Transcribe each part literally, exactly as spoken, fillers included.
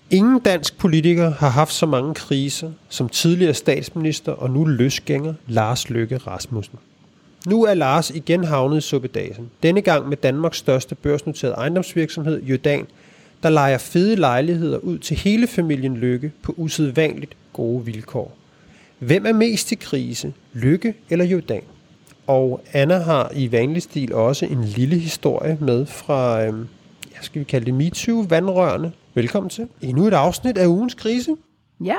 Ingen dansk politiker har haft så mange kriser som tidligere statsminister og nu løsgænger Lars Løkke Rasmussen. Nu er Lars igen havnet i suppedasen. Denne gang med Danmarks største børsnoterede ejendomsvirksomhed, Jordan, der lejer fede lejligheder ud til hele familien Løkke på usædvanligt gode vilkår. Hvem er mest i krise, Løkke eller Jordan? Og Anna har i vanlig stil også en lille historie med fra, øhm, ja, skal vi kalde det MeToo-vandrørene. Velkommen til endnu et afsnit af ugens krise. Ja.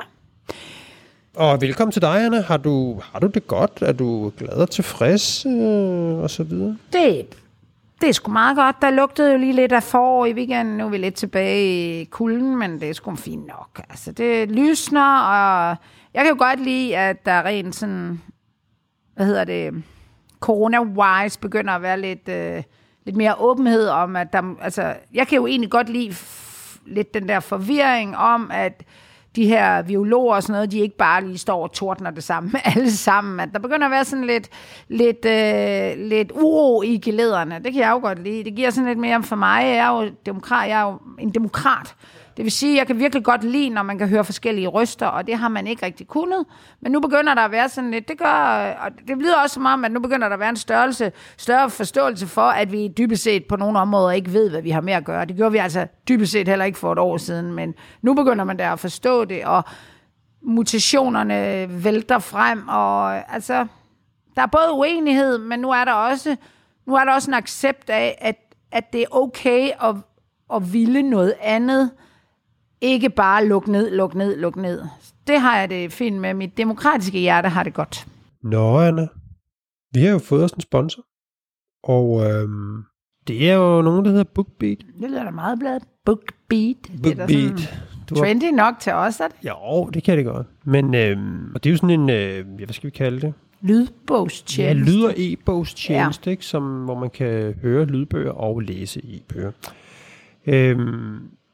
Og velkommen til dig, Anna. Har du, har du det godt? Er du glad og tilfreds? Øh, og så videre? Det, det er sgu meget godt. Der lugtede jo lige lidt af forår i weekenden. Nu er vi lidt tilbage i kulden, men det er sgu fint nok. Altså, det lysner, og jeg kan jo godt lide, at der er rent sådan, hvad hedder det, corona-wise begynder at være lidt, øh, lidt mere åbenhed om, at der, altså, jeg kan jo egentlig godt lide f- lidt den der forvirring om, at de her biologer og sådan noget, de ikke bare lige står og tordner det samme med alle sammen. At der begynder at være sådan lidt, lidt, øh, lidt uro i gelederne. Det kan jeg jo godt lide. Det giver sådan lidt mere for mig. Jeg er jo, demokrat, jeg er jo en demokrat. Det vil sige, at jeg kan virkelig godt lide, når man kan høre forskellige røster, og det har man ikke rigtig kunnet. Men nu begynder der at være sådan lidt, det gør, og det lyder også som om, at nu begynder der at være en størrelse, større forståelse for, at vi dybest set på nogle områder ikke ved, hvad vi har med at gøre. Det gjorde vi altså dybest set heller ikke for et år siden, men nu begynder man der at forstå det, og mutationerne vælter frem, og altså, der er både uenighed, men nu er der også, nu er der også en accept af, at, at det er okay at, at ville noget andet. Ikke bare luk ned, luk ned, luk ned. Det har jeg det fint med. Mit demokratiske hjerte har det godt. Nå, Anna. Vi har jo fået os en sponsor. Og øhm, det er jo nogen, der hedder BookBeat. Det lyder da meget bladet. BookBeat. BookBeat. Det er trendy nok til os, er det? Jo, det kan det godt. Men øhm, og det er jo sådan en, øh, ja, hvad skal vi kalde det? Lydbogstjeneste. Ja, lyd- og e-bogstjeneste, ja. Ikke? Som, hvor man kan høre lydbøger og læse e-bøger. Øhm,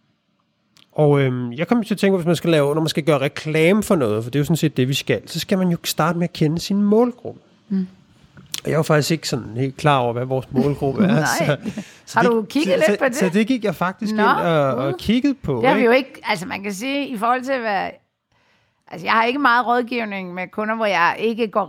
Og øhm, jeg kommer til at tænke på, hvis man skal lave, når man skal gøre reklame for noget, for det er jo sådan set det, vi skal, så skal man jo starte med at kende sin målgruppe. Mm. Og jeg er jo faktisk ikke sådan helt klar over, hvad vores målgruppe er. Nej. Så, så har det, du kigget så, lidt på det? Så, så det gik jeg faktisk Nå, ind og, og uh. kigget på. Det har vi ikke? jo ikke, altså man kan sige, i forhold til hvad, altså jeg har ikke meget rådgivning med kunder, hvor jeg ikke går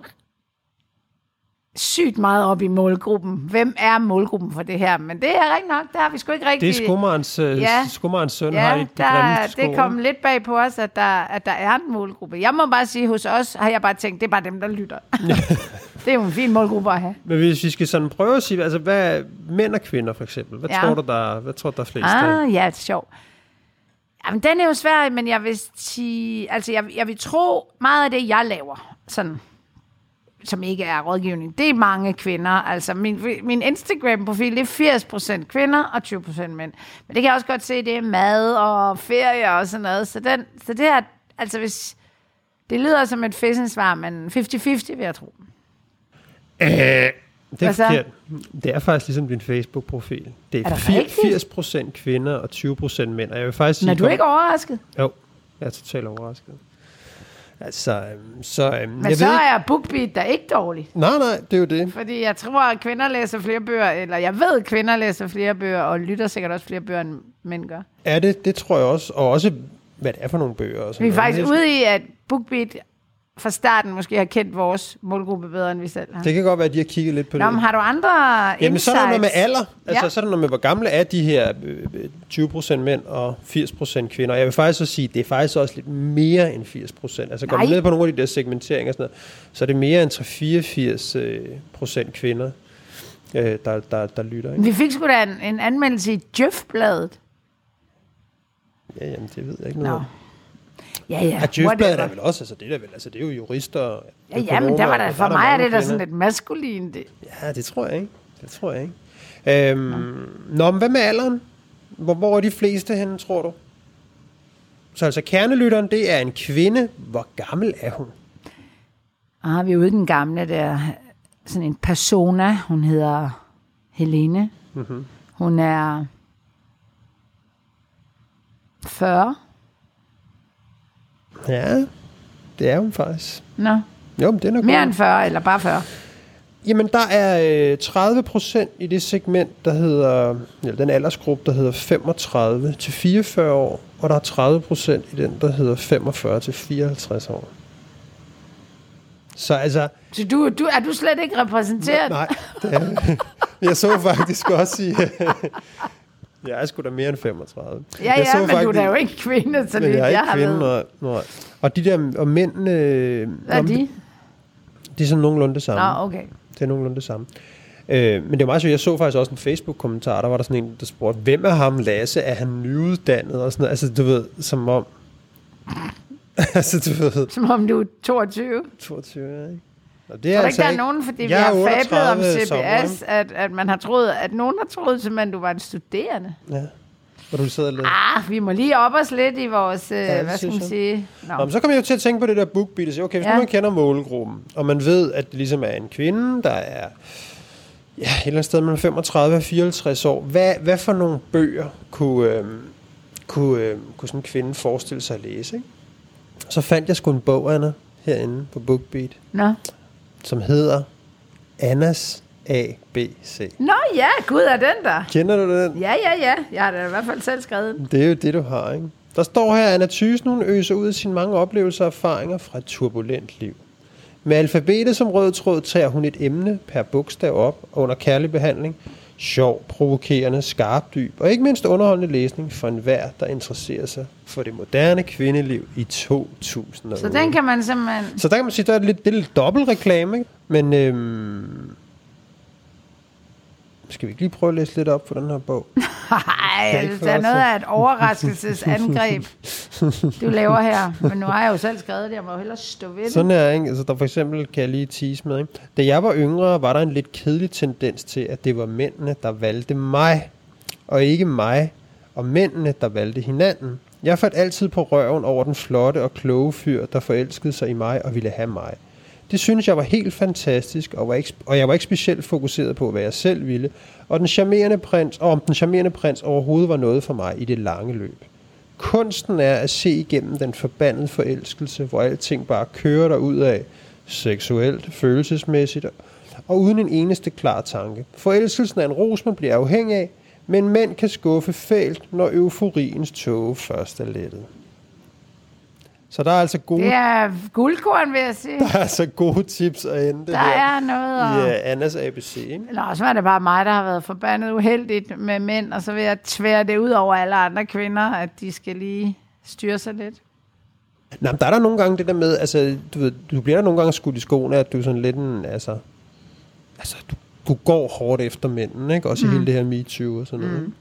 sygt meget op i målgruppen. Hvem er målgruppen for det her? Men det er rigtig nok, det har vi sgu ikke rigtig. Det er skummerens, ja. skummerens søn, ja, har de, de der, det kom lidt bag på os, at der, at der er en målgruppe. Jeg må bare sige, hos os har jeg bare tænkt, det er bare dem, der lytter. Det er jo en fin målgruppe at have. Men hvis vi skal sådan prøve at sige, altså hvad mænd og kvinder for eksempel, hvad, ja. tror, du, der, hvad tror du, der er flest af? Ah, ja, det er sjovt. Jamen, den er jo svær, men jeg vil sige, altså jeg, jeg vil tro, meget af det, jeg laver, sådan, som ikke er rådgivning, det er mange kvinder. Altså, min, min Instagram-profil, det er firs procent kvinder og tyve procent mænd. Men det kan jeg også godt se, det er mad og ferie og sådan noget. Så, den, så det her, altså hvis, det lyder som et fæsensvar, men halvtreds halvtreds vil jeg tro. Øh, det er forkert. Det er faktisk ligesom din Facebook-profil. Det er, er firs procent kvinder og tyve procent mænd. Og jeg vil faktisk sige, men er du ikke overrasket? Jo, jeg er totalt overrasket. Altså, så... Øhm, Men jeg så ved ikke, er BookBeat da ikke dårligt. Nej, nej, det er jo det. Fordi jeg tror, at kvinder læser flere bøger, eller jeg ved, at kvinder læser flere bøger, og lytter sikkert også flere bøger, end mænd gør. Er det? Det tror jeg også. Og også, hvad det er for nogle bøger. Og sådan Vi er noget. faktisk ude i, at BookBeat fra starten måske har kendt vores målgruppe bedre, end vi selv har. Det kan godt være, at de har kigget lidt på Nå, det. Men har du andre insights? Jamen, så er der noget med alder. Altså, ja. så er der noget med, hvor gamle er de her tyve procent mænd og firs procent kvinder. Og jeg vil faktisk også sige, det er faktisk også lidt mere end firs procent. Altså, går man ned på nogle af de der segmenteringer og sådan noget, så er det mere end tres til fireogfirs procent kvinder, der, der, der lytter. Ikke? Vi fik sgu da en, en anmeldelse i Djøf-bladet. Ja, jamen, det ved jeg ikke noget om. Ja, ja. At Djøf-bladet er vel også, altså det er vel, altså det er jo jurister. Ja, ja, men der var der, for der mig er det der sådan lidt maskulin. Det. Ja, det tror jeg ikke. Det tror jeg ikke. Øhm, ja. Nå, men hvad med alderen? Hvor, hvor er de fleste henne, tror du? Så altså kernelytteren, det er en kvinde. Hvor gammel er hun? Ah, vi er ude i den gamle der, sådan en persona. Hun hedder Helene. Mm-hmm. Hun er fyrre. Ja, det er hun faktisk. Nå. Jo, men det er nok mere end fyrre, eller bare fyrre? Jamen, der er øh, tredive procent i det segment, der hedder, eller den aldersgruppe, der hedder femogtredive til fireogfyrre år, og der er tredive procent i den, der hedder femogfyrre til fireoghalvtreds år. Så altså... Så du, du, er du slet ikke repræsenteret? Nej, det er, jeg så faktisk også i... Jeg er sgu da mere end femogtredive. Ja, ja, jeg så men faktisk, du er da jo ikke kvinde, så det jeg er ikke jeg kvinde, nej, nej. Og de der og mænd... Øh, Hvad er de? De er sådan nogenlunde det samme. Nå, okay. Det er nogenlunde det samme. Øh, men det er meget sjovt. Jeg så faktisk også en Facebook-kommentar, der var der sådan en, der spurgte, hvem er ham Lasse? Er han nyuddannet? Og sådan noget. Altså, du ved, som om... altså, du ved... Som om du er toogtyve. toogtyve, ikke? Og det er altså ikke, der er nogen, fordi vi har fablet om C B S, at, at man har troet, at nogen har troet, simpelthen, du var en studerende. Ja. Og du sidder lidt... Ah, vi må lige op os lidt i vores, ja, hvad skal man sige... Nå. Nå, men så kommer jeg jo til at tænke på det der BookBeat, og sige, okay, hvis ja. man kender målgruppen, og man ved, at det ligesom er en kvinde, der er ja, et eller andet sted mellem femogtredive og fireoghalvtreds år, hvad, hvad for nogle bøger kunne, øhm, kunne, øhm, kunne sådan en kvinde forestille sig at læse, ikke? Så fandt jeg sgu en bog, Anna, herinde på BookBeat, Nå. som hedder Annas A B C. Nå ja, gud er den der. Kender du den? Ja, ja, ja. Jeg har da i hvert fald selv skrevet den. Det er jo det, du har, ikke? Der står her, Anna Thyssen, hun øser ud af sine mange oplevelser og erfaringer fra et turbulent liv. Med alfabetet som rød tråd tager hun et emne per bogstav op under kærlig behandling. Sjov, provokerende, skarp, dyb og ikke mindst underholdende læsning for enhver, der interesserer sig for det moderne kvindeliv i to tusind og otte. Så den kan man simpelthen... Så der kan man sige, der er lidt, det er lidt dobbelt reklame, ikke? Men øhm, skal vi ikke lige prøve at læse lidt op på den her bog? Nej, det er noget af et overraskelsesangreb, du laver her. Men nu har jeg jo selv skrevet det, jeg må jo hellere stå ved det. Sådan er, ikke? Altså, der for eksempel kan jeg lige tease med, ikke? Da jeg var yngre, var der en lidt kedelig tendens til, at det var mændene, der valgte mig, og ikke mig, og mændene, der valgte hinanden. Jeg faldt altid på røven over den flotte og kloge fyr, der forelskede sig i mig og ville have mig. Det synes jeg var helt fantastisk, og, var ikke, og jeg var ikke specielt fokuseret på, hvad jeg selv ville, og, den charmerende prins, og om den charmerende prins overhovedet var noget for mig i det lange løb. Kunsten er at se igennem den forbandede forelskelse, hvor alting bare kører derud af, seksuelt, følelsesmæssigt, og uden en eneste klar tanke. Forelskelsen er en ros, man bliver afhængig af, men mænd kan skuffe fælt, når euforiens tåge først er lettet. Så der er altså gode... Det er guldkorn, vil jeg sige. Der er altså gode tips at hente der her. er noget at... Ja, Annas A B C, ikke? Eller også var det bare mig, der har været forbandet uheldigt med mænd, og så vil jeg tvære det ud over alle andre kvinder, at de skal lige styre sig lidt. Nå, men der er der nogle gange det der med, altså, du ved, du bliver der nogle gange skudt i skoene, at du sådan lidt en, altså... Altså, du, du går hårdt efter mænden, ikke? Også mm. i hele det her MeToo og sådan noget. Mm.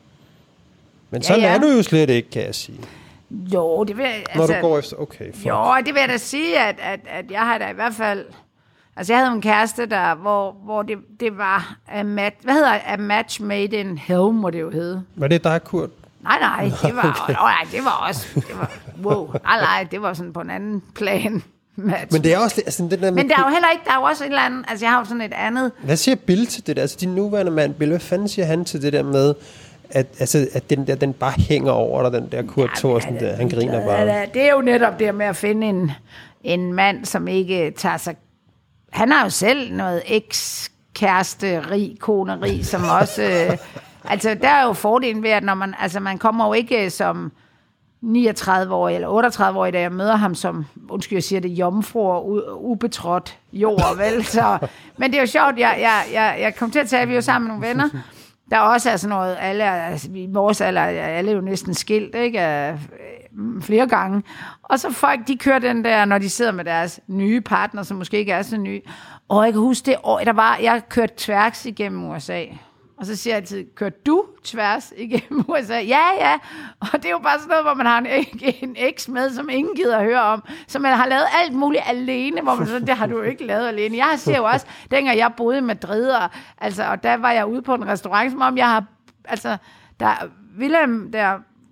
Men sådan ja, ja. er du jo slet ikke, kan jeg sige. Jo, det vil jeg... Altså, når du går efter... Okay, fuck. Jo, det vil jeg da sige, at, at, at jeg har da i hvert fald... Altså, jeg havde en kæreste, der, hvor, hvor det, det var... A mat, hvad hedder A match made in hell, må det jo hedde. Var det dig, Kurt? Nej, nej, det var... Okay. Åh, ja, det var også... Det var, wow, nej, nej, det var sådan på en anden plan. Match. Men det er også... Altså, det der Men der er jo heller ikke... Der er jo også et eller andet... Altså, jeg har jo sådan et andet... Hvad siger Bill til det der? Altså, din nuværende mand, Bill, hvad fanden siger han til det der med... At, altså, at den der, den bare hænger over dig, den der Kurt ja, Thorsen der, han griner bare. Ja, det er jo netop det med at finde en, en mand, som ikke tager sig... Han har jo selv noget eks-kæreste-rig, kone-rig, som også... øh, altså, der er jo fordelen ved, at når man... Altså, man kommer jo ikke som niogtredive-årig eller otteogtredive-årig, da jeg møder ham som, undskyld, jeg siger det, jomfruer, ubetrådt jord, vel? Så, men det er jo sjovt, jeg, jeg, jeg, jeg kom til at tale, vi er jo sammen med nogle venner, der også er sådan noget, alle er, altså, i vores alder er alle jo næsten skilt, ikke? Flere gange. Og så folk, de kører den der, når de sidder med deres nye partner, som måske ikke er så nye. Og jeg kan huske det år, der var, jeg kørte tværs igennem U S A. Og så siger jeg altid, kørte du tværs igennem U S A? Ja, ja. Og det er jo bare sådan noget, hvor man har en, en eks med, som ingen gider at høre om. Så man har lavet alt muligt alene, hvor man så, det har du jo ikke lavet alene. Jeg siger jo også, dengang jeg boede i Madrid, og, altså, og der var jeg ude på en restaurant, som om jeg har, altså, der, Willem, der,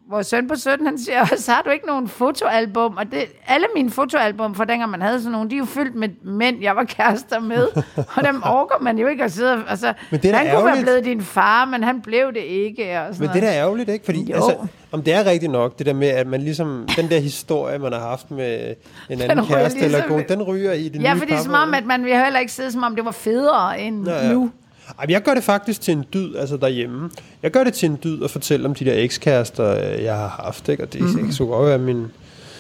vores søn på sytten, han siger også, har du ikke nogen fotoalbum? Og det, alle mine fotoalbum, fra dengang man havde sådan nogle, de er jo fyldt med mænd, jeg var kærester med. Og dem orker man jo ikke at sidde. Altså, men det er han kunne ærgerligt. Være blevet din far, men han blev det ikke. Og men det er da ærgerligt, ikke? Fordi altså, om det er rigtigt nok, det der med, at man ligesom, den der historie, man har haft med en anden kæreste ligesom, eller god, den ryger i det ja, nye fordi det er som om, at man vil heller ikke sidde, som om det var federe end ja, ja. nu. Ej, jeg gør det faktisk til en dyd, altså derhjemme. Jeg gør det til en dyd at fortælle om de der ekskærester, jeg har haft, ikke? Og det mm. så godt være min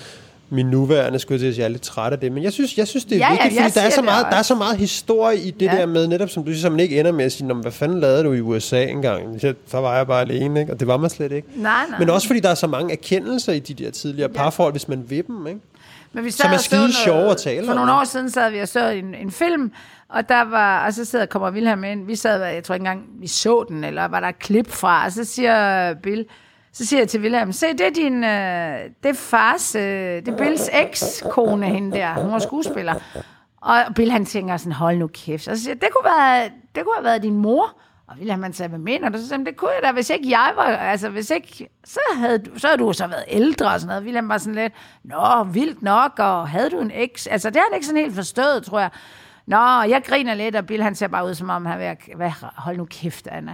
min nuværende, skulle jeg til at sige, jeg er lidt træt af det, men jeg synes, jeg synes det er ja, vigtigt, ja, fordi der er, så meget, der er så meget historie i det ja. der med, netop som du siger, man ikke ender med at sige, hvad fanden lavede du i U S A engang? Så var jeg bare alene, ikke? Og det var man slet ikke. Nej, nej. Men også fordi der er så mange erkendelser i de der tidligere ja. parforhold, hvis man vil dem, ikke? Men vi som er skide sjove at tale for om. For nogle år siden sad vi og så en, en film, og der var, og så sidder kommer Wilhelm ind, vi sad, jeg tror ikke engang, vi så den, eller var der et klip fra, og så siger Bill, så siger jeg til Wilhelm, se, det er din, øh, det er fars, øh, det er Bills eks-kone, hende der, hun var skuespiller. Og Bill, han tænker sådan, hold nu kæft. Og så siger jeg, det kunne, være, det kunne have været din mor. Og Wilhelm, han sagde, hvad mener du? Så sagde, det kunne jeg da, hvis ikke jeg var, altså hvis ikke, så havde, du, så havde du så været ældre og sådan noget. Wilhelm var sådan lidt, nå, vildt nok, og havde du en eks? Altså, det har han ikke sådan helt forstået, tror jeg. Nå, jeg griner lidt, og Bill, han ser bare ud, som om han vil, hvad, hold nu kæft, Anna.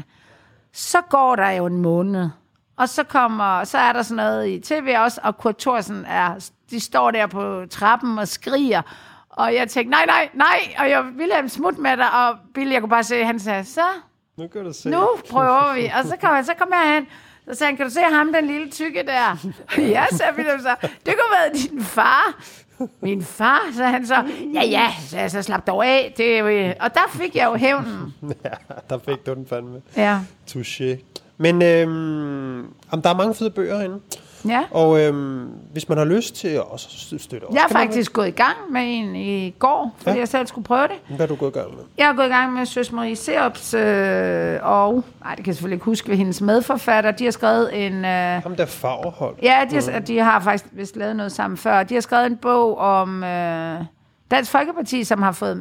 Så går der jo en måned, og så kommer, så er der sådan noget i tv også, og Kurt Thorsen er, de står der på trappen og skriger, og jeg tænkte, nej, nej, nej, og jeg ville have smut med dig, og Bill, jeg kunne bare se, han sagde, så, nu, kan du se. nu prøver vi, og så kom jeg, så kom jeg hen, så sagde han, kan du se ham, den lille tykke der? Ja, sagde Wilhelm så, det kunne være din far. Min far, så han så, ja, ja, så jeg så slap dog af, det, og der fik jeg jo hævnen. Ja, der fik du den fandme. Ja. Touché. Men øhm, der er mange fede bøger herinde. Ja. Og øhm, hvis man har lyst til at også støtte os. Jeg har faktisk man... gået i gang med en i går, fordi ja. jeg selv skulle prøve det. Hvad er du gået i gang med? Jeg har gået i gang med Søs Marie Seops, øh, og nej, det kan jeg selvfølgelig ikke huske, hvad hendes medforfatter, de har skrevet en... Øh, Ham der Fagerholt. Ja, de har, mm. de har faktisk vist lavet noget sammen før. De har skrevet en bog om øh, Dansk Folkeparti, som har fået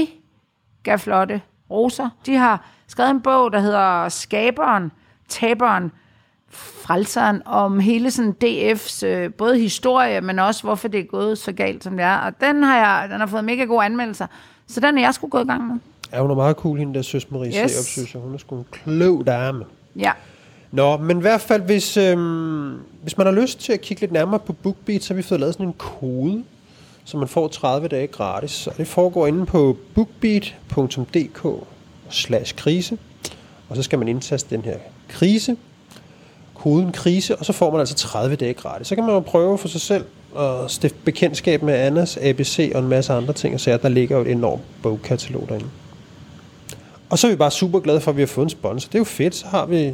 mega flotte roser. De har skrevet en bog, der hedder Skaberen, Taberen, Frelseren, om hele sådan D F's øh, både historie, men også hvorfor det er gået så galt, som det er. Og den har jeg, den har fået mega gode anmeldelser, så den er jeg skulle gå i gang med. Ja, hun er meget cool, hende der Søs Marie yes. Seop, synes jeg. Hun er sgu en klog dame. Ja. Nå, men i hvert fald, hvis, øhm, hvis man har lyst til at kigge lidt nærmere på BookBeat, så har vi fået lavet sådan en kode, så man får tredive dage gratis. Og det foregår inde på bookbeat punktum d k slash krise. Og så skal man indtaste den her krise, koden krise, og så får man altså tredive dage gratis. Så kan man jo prøve for sig selv at stifte bekendtskab med Annas A B C og en masse andre ting, og så er der ligger jo et enormt bogkatalog derinde. Og så er vi bare super glade for, at vi har fået en sponsor. Det er jo fedt, så har vi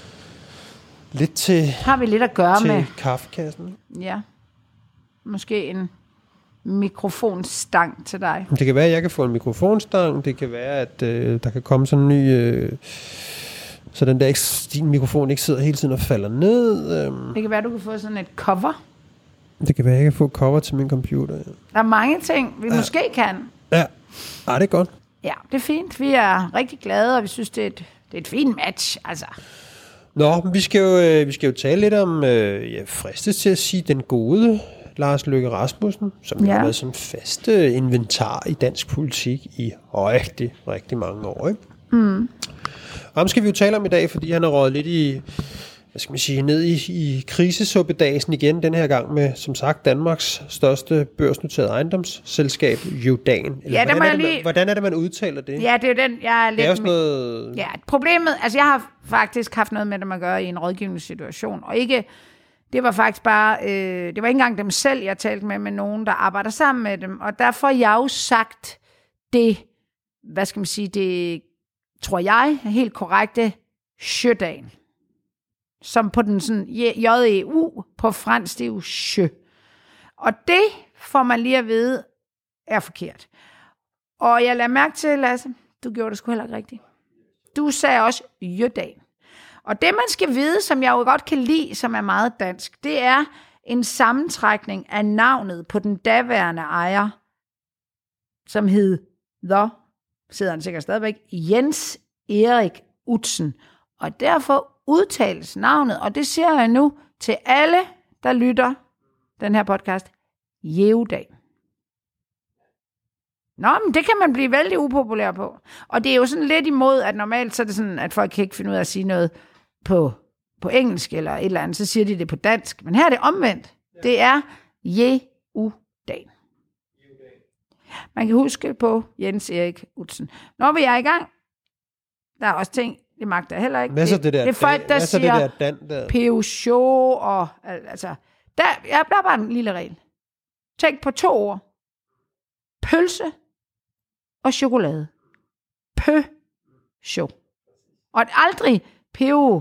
lidt til, har vi lidt at gøre til med kaffekassen. Ja. Måske en mikrofonstang til dig. Det kan være, at jeg kan få en mikrofonstang. Det kan være, at øh, der kan komme sådan en ny... Øh, så den der din mikrofon ikke sidder hele tiden og falder ned. Øh. Det kan være, at du kan få sådan et cover. Det kan være, at jeg kan få cover til min computer. Ja. Der er mange ting, vi ja. måske kan. Ja, ah, det er godt. Ja, det er fint. Vi er rigtig glade, og vi synes, det er et, det er et fint match. Altså. Nå, vi skal jo, vi skal jo tale lidt om, øh, jeg fristes til at sige, den gode Lars Løkke Rasmussen, som ja. har været sådan fast inventar i dansk politik i rigtig, rigtig mange år. Ikke? Mm. Og ham skal vi jo tale om i dag, fordi han har røget lidt i, hvad skal man sige, ned i, i krisesuppedagen igen, den her gang med, som sagt, Danmarks største børsnoterede ejendomsselskab, Jordan. Eller ja, hvordan, er det, lige... man, hvordan er det, man udtaler det? Ja, det er jo den, jeg er lidt... Det er også noget... Ja, problemet, altså jeg har faktisk haft noget med dem at gøre i en rådgivningssituation, og ikke... Det var faktisk bare, øh, det var ikke engang dem selv, jeg talte med, men nogen, der arbejder sammen med dem. Og derfor har jeg jo sagt det, hvad skal man sige, det tror jeg er helt korrekte, Sjødagen. Som på den sådan J E U på fransk, det er jo sjø. Og det får man lige at vide, er forkert. Og jeg lader mærke til, Lasse, du gjorde det sgu heller ikke rigtigt. Du sagde også Jødagen. Og det, man skal vide, som jeg jo godt kan lide, som er meget dansk, det er en sammentrækning af navnet på den daværende ejer, som hed, the, sidder han sikkert stadigvæk, Jens Erik Utzon. Og derfor udtales navnet, og det siger jeg nu, til alle, der lytter den her podcast, Jævdag. Nå, men det kan man blive vældig upopulær på. Og det er jo sådan lidt imod, at normalt så er det sådan, at folk kan ikke finde ud af at sige noget på, på engelsk eller et eller andet, så siger de det på dansk. Men her er det omvendt. Det er Jævdag. Man kan huske på Jens Erik Utzon. Når vi er i gang, der er også ting, det magter jeg heller ikke. Hvad så det der? Det er folk, der siger det der, der? Peugeot og altså, der, jeg der er bare en lille regel. Tænk på to ord. Pølse og chokolade. Peugeot. Og aldrig Peugeot.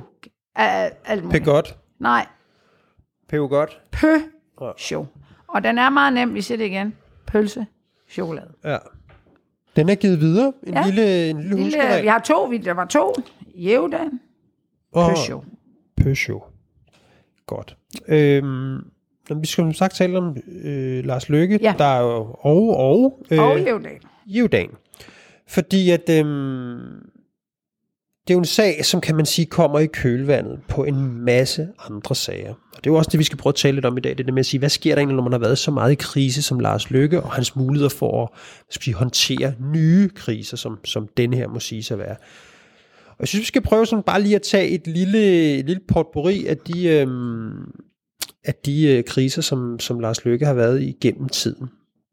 Pegot. Nej. Pegot. Peugeot. Og den er meget nem, vi siger det igen. Pølse, chokolade. Ja. Den er givet videre. En ja. lille, en lille, lille Vi har to. Der var to. Jævdag. Peugeot. Peugeot. Godt. Øhm, vi skal som sagt tale om øh, Lars Løkke. Ja. Der er jo og og. Øh, og Jævdag. Jævdag. Fordi at øhm, det er jo en sag, som kan man sige kommer i kølvandet på en masse andre sager. Og det er jo også det, vi skal prøve at tale lidt om i dag. Det er det med at sige, hvad sker der egentlig, når man har været så meget i krise som Lars Løkke, og hans muligheder for at skal sige, håndtere nye kriser, som, som denne her må sige sig at være. Og jeg synes, vi skal prøve sådan bare lige at tage et lille, et lille potpourri af de, øhm, af de øh, kriser, som, som Lars Løkke har været i gennem tiden.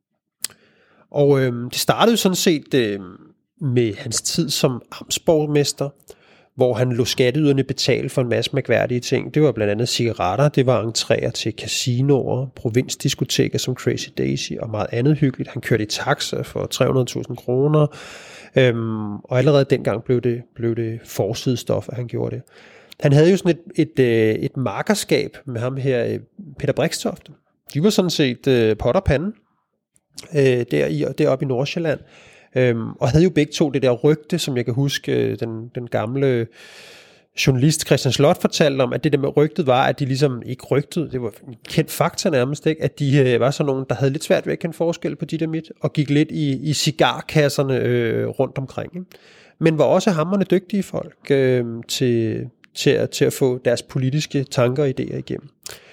Og øhm, det startede sådan set øh, med hans tid som amtsborgmester, hvor han lod skatteyderne betale for en masse mærkværdige ting. Det var blandt andet cigaretter, det var entréer til casinoer, provinsdiskoteker som Crazy Daisy og meget andet hyggeligt. Han kørte i taxa for tre hundrede tusind kroner, øhm, og allerede dengang blev det, blev det forsidestof, at han gjorde det. Han havde jo sådan et, et, et, et markerskab med ham her, Peter Brixtofte. De var sådan set øh, pot og pande øh, der i, deroppe i Nordsjælland. Øhm, og havde jo begge to det der rygte, som jeg kan huske, den, den gamle journalist Christian Slot fortalte om, at det der med rygtet var, at de ligesom ikke rygtede, det var en kendt fakta nærmest, ikke? At de øh, var sådan nogen, der havde lidt svært ved at kende forskel på dit og mit, og gik lidt i, i cigarkasserne øh, rundt omkring, ikke? Men var også hamrende dygtige folk øh, til, til, at, til at få deres politiske tanker og idéer igennem.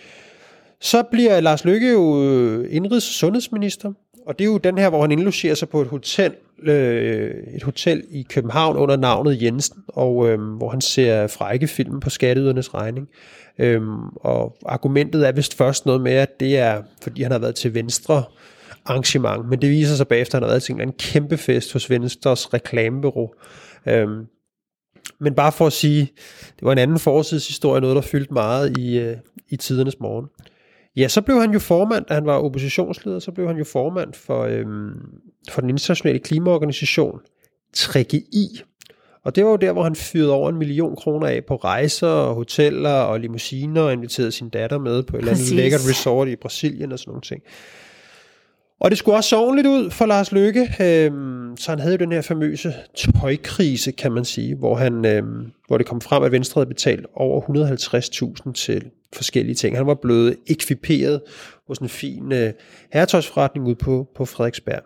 Så bliver Lars Løkke jo indrigs- og sundhedsminister, og det er jo den her, hvor han indlogerer sig på et hotel, øh, et hotel i København under navnet Jensen, og øh, hvor han ser frække film på skatteydernes regning. Øhm, og argumentet er vist først noget med, at det er, fordi han har været til Venstre arrangement, men det viser sig bagefter, at han har været til en kæmpe fest hos Venstres reklamebureau. Øhm, men bare for at sige, det var en anden forsidshistorie, noget der fyldte meget i, øh, i tidernes morgen. Ja, så blev han jo formand, da han var oppositionsleder, så blev han jo formand for, øhm, for den internationale klimaorganisation, T R G I. Og det var jo der, hvor han fyrede over en million kroner af på rejser og hoteller og limousiner og inviterede sin datter med på et eller andet lækkert resort i Brasilien og sådan nogle ting. Og det skulle også så ordentligt ud for Lars Løkke, øhm, så han havde jo den her famøse tøjkrise, kan man sige, hvor, han, øhm, hvor det kom frem, at Venstre havde betalt over et hundrede og halvtreds tusind til forskellige ting. Han var blevet ekviperet hos en fin øh, herretøjsforretning ude på, på Frederiksberg.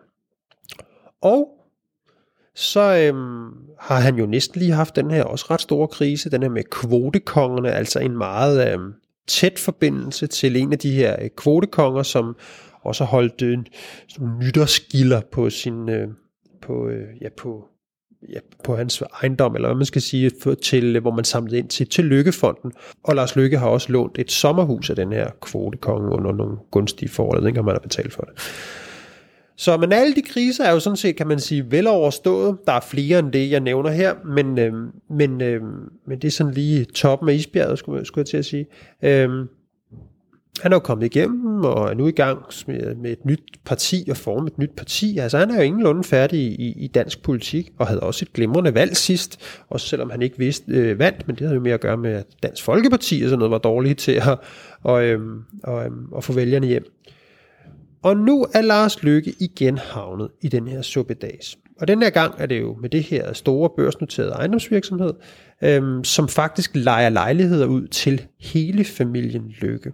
Og så øhm, har han jo næsten lige haft den her også ret store krise, den her med kvotekongerne, altså en meget øhm, tæt forbindelse til en af de her øh, kvotekonger, som også har holdt øh, nytårsgilder på sin øh, på øh, ja på ja på hans ejendom, eller hvad man skal sige, for, til hvor man samlede ind til til Løkkefonden. Og Lars Løkke har også lånt et sommerhus af den her kvotekonge under nogle gunstige forhold, jeg ikke om man har betalt for det. Så men alle de kriser er jo sådan set, kan man sige, vel overstået. Der er flere end det, jeg nævner her, men øh, men øh, men det er sådan lige toppen af isbjerget, skulle, skulle jeg til at sige. Øh, Han er jo kommet igennem og er nu i gang med, med et nyt parti og forme et nyt parti. Altså han er jo ingenlunde færdig i, i dansk politik og havde også et glimrende valg sidst, også selvom han ikke vidste øh, vandt, men det havde jo mere at gøre med, at Dansk Folkeparti og sådan noget var dårligt til at og, øhm, og, øhm, at få vælgerne hjem. Og nu er Lars Løkke igen havnet i den her suppedags. Og den her gang er det jo med det her store børsnoterede ejendomsvirksomhed, øhm, som faktisk lejer lejligheder ud til hele familien Løkke.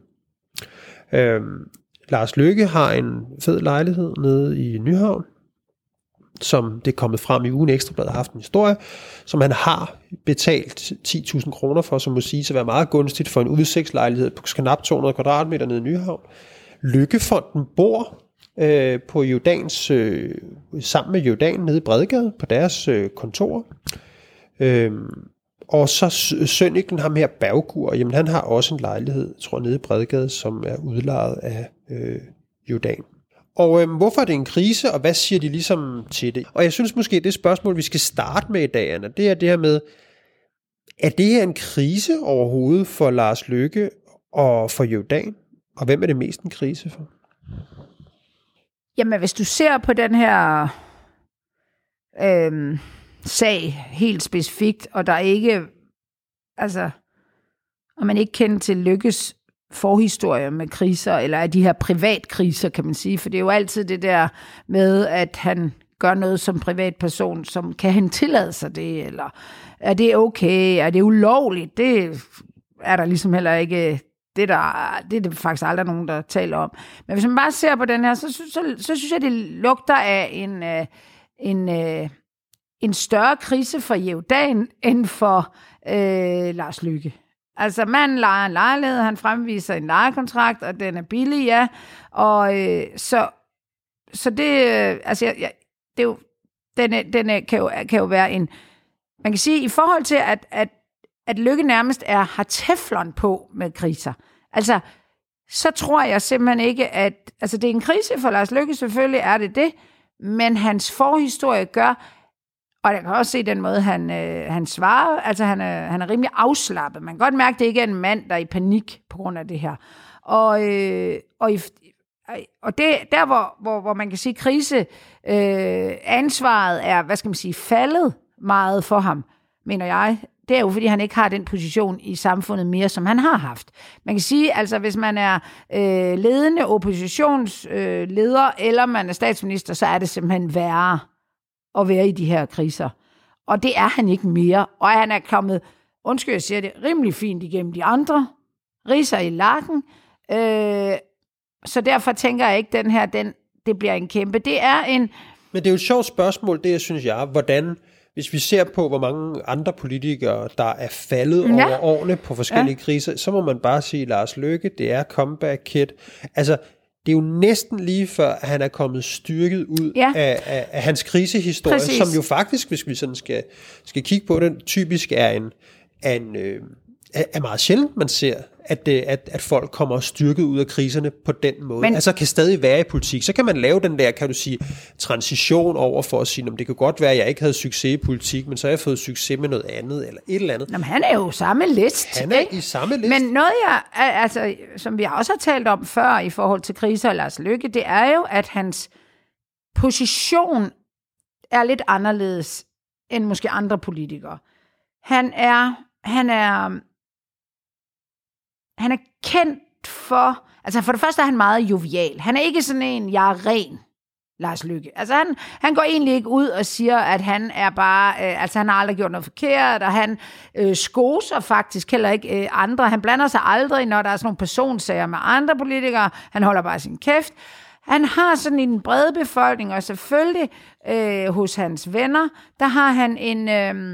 Øhm, Lars Løkke har en fed lejlighed nede i Nyhavn. som det er kommet frem i ugen Ekstrabladet har haft en historie, som han har betalt ti tusind kroner for, som må sige at være meget gunstigt for en udsigtslejlighed på knap to hundrede kvadratmeter nede i Nyhavn. Lykkefonden bor øh, på Jordans, øh, sammen med Jordan nede i Bredgade på deres øh, kontor. Øh, og så sønnigen ham her Bergur, jamen han har også en lejlighed, tror jeg, nede i Bredgade, som er udlejet af øh, Jordan. Og øhm, hvorfor er det en krise, og hvad siger de ligesom til det? Og jeg synes måske, det spørgsmål, vi skal starte med i dag, Anna, det er det her med, er det her en krise overhovedet for Lars Løkke og for Jordan? Og hvem er det mest en krise for? Jamen, hvis du ser på den her øhm, sag helt specifikt, og der ikke, altså, og man ikke kender til Løkkes forhistorie med kriser, eller af de her privatkriser, kan man sige, for det er jo altid det der med, at han gør noget som privatperson, som kan han tillade sig det, eller er det okay, er det ulovligt, det er der ligesom heller ikke, det, der, det er det faktisk aldrig nogen, der taler om. Men hvis man bare ser på den her, så, så, så, så synes jeg, det lugter af en, en, en større krise for Jordan, end for øh, Lars Løkke. Altså, manden lejer en lejlighed, han fremviser en lejekontrakt, og den er billig, ja. Og øh, så, så det, øh, altså, ja, det er jo, den, er, den er, kan, jo, kan jo være en, man kan sige, i forhold til, at, at, at Løkke nærmest er, har teflon på med kriser. Altså, så tror jeg simpelthen ikke, at, altså, det er en krise for Lars Løkke, selvfølgelig er det det, men hans forhistorie gør, og jeg kan også se den måde, han, øh, han svarer. Altså, han er, han er rimelig afslappet. Man kan godt mærke, at det ikke er en mand, der er i panik på grund af det her. Og, øh, og, i, og det, der, hvor, hvor, hvor man kan sige, krise, øh, ansvaret er, hvad skal man sige, faldet meget for ham, mener jeg. Det er jo, fordi han ikke har den position i samfundet mere, som han har haft. Man kan sige, altså, hvis man er øh, ledende oppositionsleder, øh, eller man er statsminister, så er det simpelthen værre at være i de her kriser. Og det er han ikke mere. Og han er kommet, undskyld, jeg siger det, rimelig fint igennem de andre. Riser i lakken. Øh, så derfor tænker jeg ikke, den her, den, det bliver en kæmpe. Det er en... Men det er jo et sjovt spørgsmål, det synes jeg. Hvordan, hvis vi ser på, hvor mange andre politikere, der er faldet ja. over årene på forskellige ja. kriser, så må man bare sige, Lars Løkke, det er comeback kid. Altså, det er jo næsten lige før, at han er kommet styrket ud ja. af, af, af hans krisehistorie, Præcis. som jo faktisk, hvis vi sådan skal, skal kigge på den, typisk er en, er en øh, er meget sjældent, man ser, at, at, at folk kommer styrket ud af kriserne på den måde. Men, altså kan stadig være i politik. Så kan man lave den der, kan du sige, transition over for at sige, om det kan godt være, at jeg ikke havde succes i politik, men så har jeg fået succes med noget andet, eller et eller andet. Jamen, han er jo samme list. Han er ikke? i samme list. Men noget, jeg, altså, som vi også har talt om før i forhold til kriser og Lars Løkke, det er jo, at hans position er lidt anderledes end måske andre politikere. Han er, han er, han er kendt for, altså for det første er han meget jovial. Han er ikke sådan en, jeg er ren, Lars Løkke. Altså han, han går egentlig ikke ud og siger, at han er bare, øh, altså han har aldrig gjort noget forkert, og han øh, skoser faktisk heller ikke øh, andre. Han blander sig aldrig, når der er sådan nogle personsager med andre politikere. Han holder bare sin kæft. Han har sådan i den brede befolkning, og selvfølgelig øh, hos hans venner, der har han en, øh,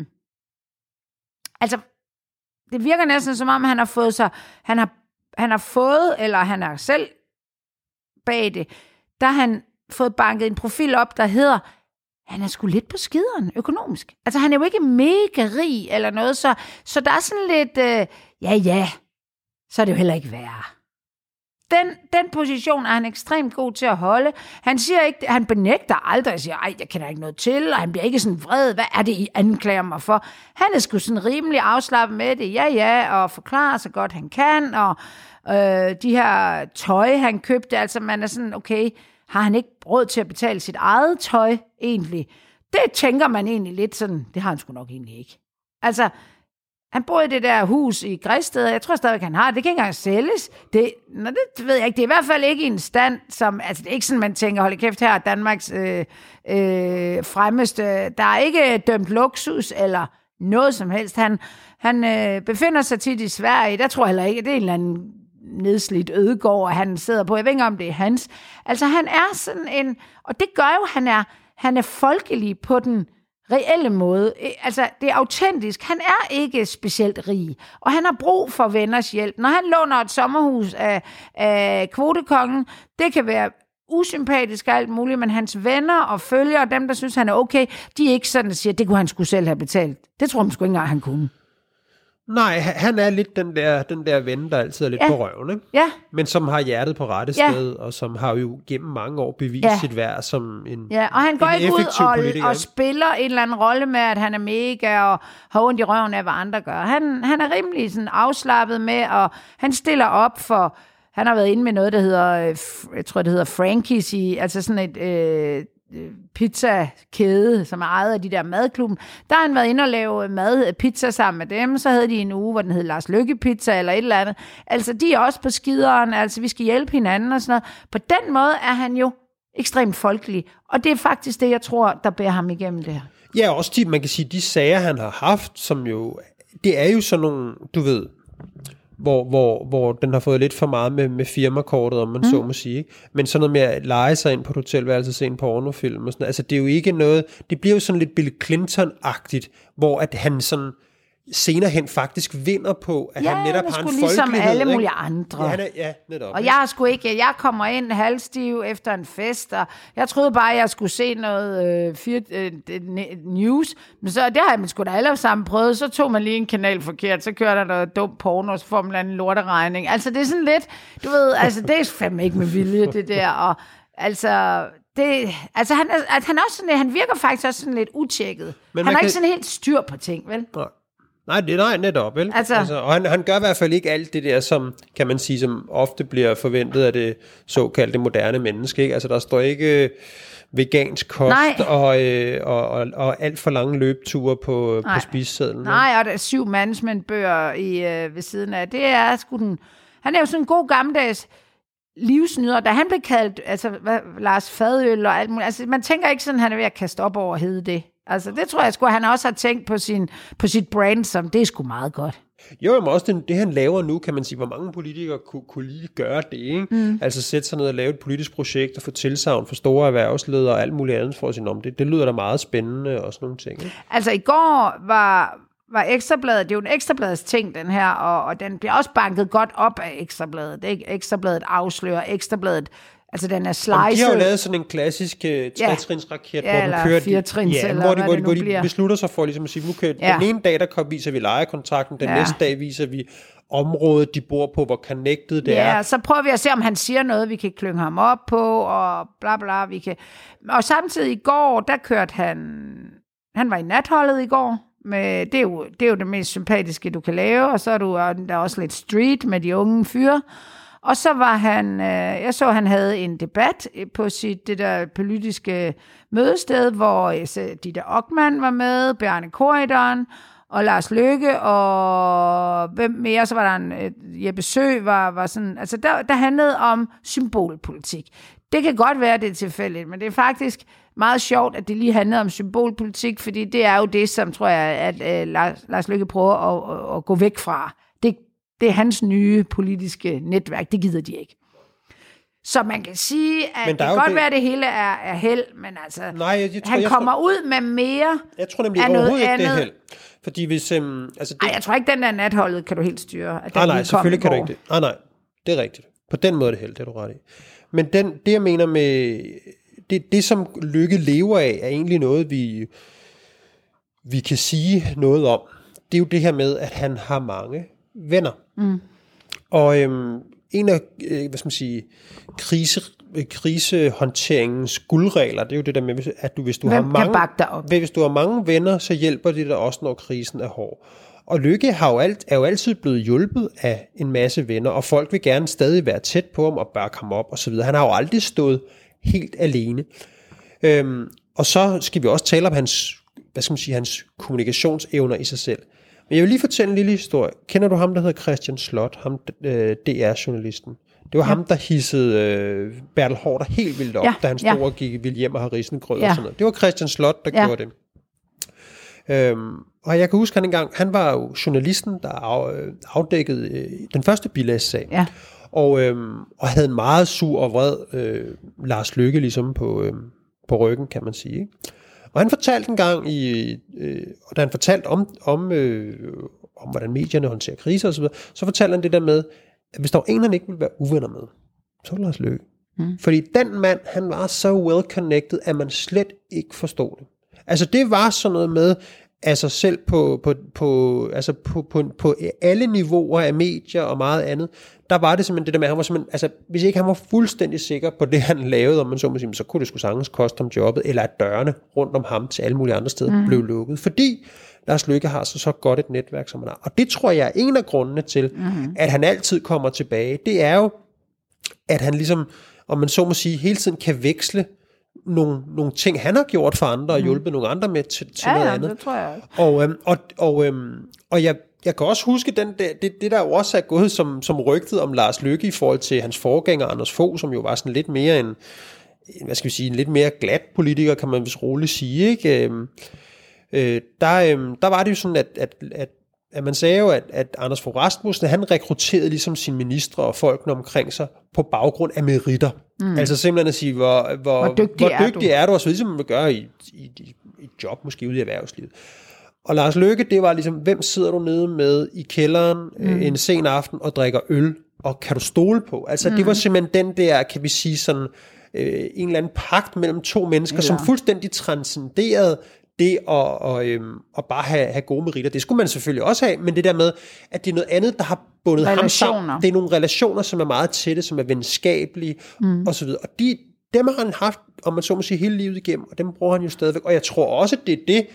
altså det virker næsten som om, han har fået sig, han har, han har fået, eller han er selv bag det, der har han fået banket en profil op, der hedder, han er sgu lidt på skideren økonomisk. Altså han er jo ikke mega rig eller noget, så, så der er sådan lidt, øh, ja ja, så er det jo heller ikke værre. Den, den position er han ekstremt god til at holde. Han siger ikke, han benægter aldrig og siger, ej, jeg kender ikke noget til, og han bliver ikke sådan vred, hvad er det, I anklager mig for? Han er sgu sådan rimelig afslappet med det, ja ja, og forklarer så godt han kan, og øh, de her tøj, han købte, altså man er sådan, okay, har han ikke råd til at betale sit eget tøj egentlig? Det tænker man egentlig lidt sådan, det har han sgu nok egentlig ikke. Altså, han bor i det der hus i Græsted, jeg tror stadigvæk, han har det. Det kan ikke engang sælges. Det, nå, det ved jeg ikke. Det er i hvert fald ikke i en stand, som... Altså, det er ikke sådan, man tænker, hold kæft, her er Danmarks øh, øh, fremmeste. Der er ikke dømt luksus eller noget som helst. Han, han øh, befinder sig tit i Sverige. Der tror jeg heller ikke, det er en eller anden nedslidt ødegård, han sidder på. Jeg ved ikke, om det er hans. Altså, han er sådan en... Og det gør jo, han er... han er folkelig på den reelle måde. Altså, det er autentisk. Han er ikke specielt rig, og han har brug for venners hjælp. Når han låner et sommerhus af, af kvotekongen, det kan være usympatisk og alt muligt, men hans venner og følgere, dem der synes, han er okay, de er ikke sådan, at siger, det kunne han skulle selv have betalt. Det tror man sgu ikke engang, han kunne. Nej, han er lidt den der, den der ven, der altid er lidt ja. på røven, ikke? Ja. Men som har hjertet på rette ja. sted, og som har jo gennem mange år bevist ja. sit værd som en ja, og han går ikke ud og, og spiller en eller anden rolle med, at han er mega og har ondt i røven af, hvad andre gør. Han, han er rimelig sådan afslappet med, og han stiller op for, han har været inde med noget, der hedder, jeg tror, det hedder Frankies, i, altså sådan et øh, pizzakæde, som er ejet af de der madklubben. Der har han været inde og lave mad, pizza sammen med dem. Så havde de en uge, hvor den hed Lars Løkke Pizza eller et eller andet. Altså, de er også på skideren. Altså, vi skal hjælpe hinanden og sådan noget. På den måde er han jo ekstremt folkelig. Og det er faktisk det, jeg tror, der bærer ham igennem det her. Ja, også de, man kan sige, de sager, han har haft, som jo, det er jo sådan nogle, du ved, Hvor, hvor, hvor den har fået lidt for meget med, med firmakortet, om man mm. så må sige. Ikke? Men sådan noget med at lege sig ind på et hotelværelse, se en pornofilm og sådan. Altså det er jo ikke noget, det bliver jo sådan lidt Bill Clinton-agtigt, hvor at han sådan senere hen faktisk vinder på, at ja, han netop har en folkelighed. Ligesom alle mulige andre. Ja, er, ja, netop. Og jeg skulle ikke, jeg kommer ind halvstiv efter en fest, og jeg troede bare, at jeg skulle se noget øh, fire, øh, news, men så det har man sgu da alle sammen prøvet, så tog man lige en kanal forkert, så kører der noget dumt porno, så får man en lorteregning. Altså det er sådan lidt, du ved, altså det er fandme ikke med vilje, det der, og altså... Det, altså han er, at han, også sådan, han virker faktisk også sådan lidt utjekket. Men han har kan... ikke sådan helt styr på ting, vel? Nej. Nej, det er netop, vel? Altså, altså, og han, han gør i hvert fald ikke alt det der, som, kan man sige, som ofte bliver forventet af det såkaldte moderne menneske, ikke? Altså, der står ikke vegansk kost og, øh, og, og, og alt for lange løbeture på, på spisesedlen. Nej, og der er syv managementbøger i, øh, ved siden af. Det er sgu den... Han er jo sådan en god gammeldags livsnyder, da han blev kaldt, altså, hvad, Lars Fadøl og alt muligt. Altså, man tænker ikke sådan, han er ved at kaste op over at hedde det. Altså, det tror jeg sgu, han også har tænkt på, sin, på sit brand, som det er sgu meget godt. Jo, men også det, det, han laver nu, kan man sige, hvor mange politikere kunne, kunne lige gøre det, ikke? Mm. Altså sætte sig ned og lave et politisk projekt og få tilsagn for store erhvervsledere og alt muligt andet for at sige om det. Det lyder da meget spændende og sådan nogle ting, ikke? Altså, i går var... var Ekstrabladet, det er jo en Ekstrabladets ting, den her, og, og den bliver også banket godt op af Ekstrabladet. Det er Ekstrabladet afslører, Ekstrabladet, altså den er sliced. Og de har jo lavet sådan en klassisk uh, tretrinsraket, ja, hvor man kører firetrins, ja, eller hvor de, hvad hvor det de, hvor de bliver. beslutter sig for ligesom at sige, nu kan, ja. den ene dag, der viser vi lejekontrakten, den ja. næste dag viser vi området, de bor på, hvor connected det ja, er. Ja, så prøver vi at se, om han siger noget, vi kan klynge ham op på, og bla bla, vi kan... Og samtidig i går, der kørte han... Han var i natholdet i går, med, det, er jo, det er jo det mest sympatiske, du kan lave, og så er du der er også lidt street med de unge fyre. Og så var han, øh, jeg så, han havde en debat på sit det der politiske mødested, hvor øh, Ditte Okman var med, Bjarne Corydon og Lars Løkke, og hvem mere, så var der en, øh, Jeppe Sø, var, var sådan, altså der, der handlede om symbolpolitik. Det kan godt være, det er tilfældigt, men det er faktisk meget sjovt, at det lige handlede om symbolpolitik, fordi det er jo det, som tror jeg, at, at Lars, Lars Løkke prøver at, at, at gå væk fra. Det, det er hans nye politiske netværk, det gider de ikke. Så man kan sige, at det kan godt det... være, at det hele er, er held, men altså, Nej, jeg, jeg tror, han jeg kommer tror... ud med mere. Jeg tror nemlig overhovedet ikke, det er held. Fordi hvis... Øhm, altså det... Ej, jeg tror ikke, den der natholdet kan du helt styre. At nej, nej, selvfølgelig kan du ikke det. Nej, nej, det er rigtigt. På den måde er det held, det er du ret i. Men den, det, jeg mener med... Det, det, som Løkke lever af, er egentlig noget, vi, vi kan sige noget om. Det er jo det her med, at han har mange venner. Mm. Og øhm, en af, øh, hvad skal man sige, krise, krisehåndteringens guldregler, det er jo det der med, at du, hvis du Hvem har mange, dig op? hvis du har mange venner, så hjælper det dig også, når krisen er hård. Og Løkke har jo alt, er jo altid blevet hjulpet af en masse venner, og folk vil gerne stadig være tæt på ham og bare komme op og så videre. Han har jo aldrig stået helt alene. Øhm, og så skal vi også tale om hans, hvad skal man sige, hans kommunikationsevner i sig selv. Men jeg vil lige fortælle en lille historie. Kender du ham, der hedder Christian Slot, ham øh, D R-journalisten? Det var ja. ham, der hissede øh, Bertel Haarder helt vildt op, ja. da han stod ja. og gik ville hjem og have risengrød ja. og sådan noget. Det var Christian Slot, der ja. gjorde det. Øhm, og jeg kan huske, han engang, han var jo journalisten, der af, afdækkede øh, den første bilagssag. Ja. Og, øhm, og havde en meget sur og vred øh, Lars Løkke ligesom på, øh, på ryggen, kan man sige. Ikke? Og han fortalte en gang, i, øh, og da han fortalte om, om, øh, om hvordan medierne håndterer kriser osv., så fortalte han det der med, at hvis der var en, han ikke ville være uvenner med, så var Lars Løkke. Mm. Fordi den mand, han var så well connected, at man slet ikke forstod det. Altså det var sådan noget med, altså selv på, på, på, altså på, på, på alle niveauer af medier og meget andet, der var det simpelthen det der med, han var simpelthen, altså hvis ikke han var fuldstændig sikker på det, han lavede, om man så må sige, så kunne det sgu sagtens koste ham jobbet, eller at dørene rundt om ham til alle mulige andre steder mm. blev lukket, fordi Lars Løkke har så, så godt et netværk, som han har. Og det tror jeg er en af grundene til, mm. at han altid kommer tilbage. Det er jo, at han ligesom, om man så må sige, hele tiden kan veksle nogle, nogle ting, han har gjort for andre, og hjulpet mm. nogle andre med til, til ja, noget ja, andet. Det tror jeg også. Og, øhm, og, og, øhm, og jeg, jeg kan også huske, den der, det, det der også er gået som, som rygtet om Lars Løkke i forhold til hans forgænger, Anders Fogh, som jo var sådan lidt mere en, hvad skal vi sige, en lidt mere glat politiker, kan man vist roligt sige, ikke? Øhm, øh, der, øhm, der var det jo sådan, at, at, at at man sagde jo, at, at Anders Fogh Rasmussen, han rekrutterede ligesom sine ministre og folkene omkring sig på baggrund af meritter. Mm. Altså simpelthen at sige, hvor, hvor, hvor dygtig, hvor dygtig er, er du, og så ligesom man vil gøre i, i, i et job, måske ude i erhvervslivet. Og Lars Løkke, det var ligesom, hvem sidder du nede med i kælderen mm. øh, en sen aften og drikker øl, og kan du stole på? Altså mm. det var simpelthen den der, kan vi sige sådan, øh, en eller anden pagt mellem to mennesker, ja. som fuldstændig transcenderede det at, og, øhm, at bare have, have gode meritter. Det skulle man selvfølgelig også have, men det der med, at det er noget andet, der har bundet ham sammen. Det er nogle relationer, som er meget tætte, som er venskabelige, mm. og så videre. Og de, dem har han haft, om man så må sige, hele livet igennem, og dem bruger han jo stadigvæk. Og jeg tror også, det er det,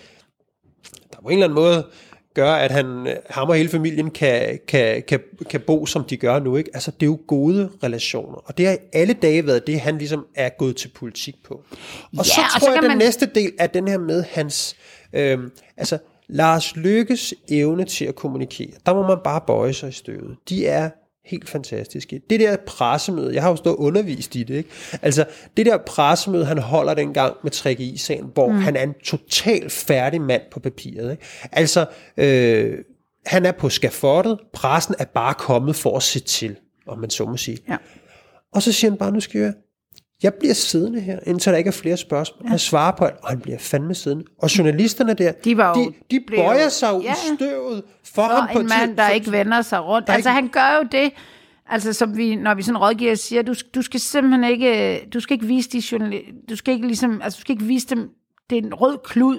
der på en eller anden måde gør, at han, ham og hele familien kan, kan, kan, kan bo, som de gør nu. Ikke? Altså, det er jo gode relationer. Og det har alle dage været det, han ligesom er gået til politik på. Og ja, så tror og så jeg, at den man... næste del er den her med hans... Øhm, altså, Lars Løkkes evne til at kommunikere. Der må man bare bøje sig i støvet. De er helt fantastiske. Det der pressemøde, jeg har jo stået undervist i det, ikke? Altså, det der pressemøde, han holder dengang med Trygve I-sagen, hvor mm. han er en totalt færdig mand på papiret, ikke? Altså, øh, han er på skafottet, pressen er bare kommet for at se til, om man så må sige. Ja. Og så siger han bare, nu skal jeg, jeg bliver siddende her, indtil der ikke er flere spørgsmål. Ja. Jeg svarer på alt, og han bliver fandme siddende. Og journalisterne der, de, var jo, de, de bøjer sig jo ja, i støvet for, for ham på en mand, der for, ikke vender sig rundt. Altså ikke... han gør jo det, altså som vi, når vi sådan rådgiver siger, du, du skal simpelthen ikke, du skal ikke vise de journalister, du skal ikke ligesom, altså du skal ikke vise dem, det er en rød klud,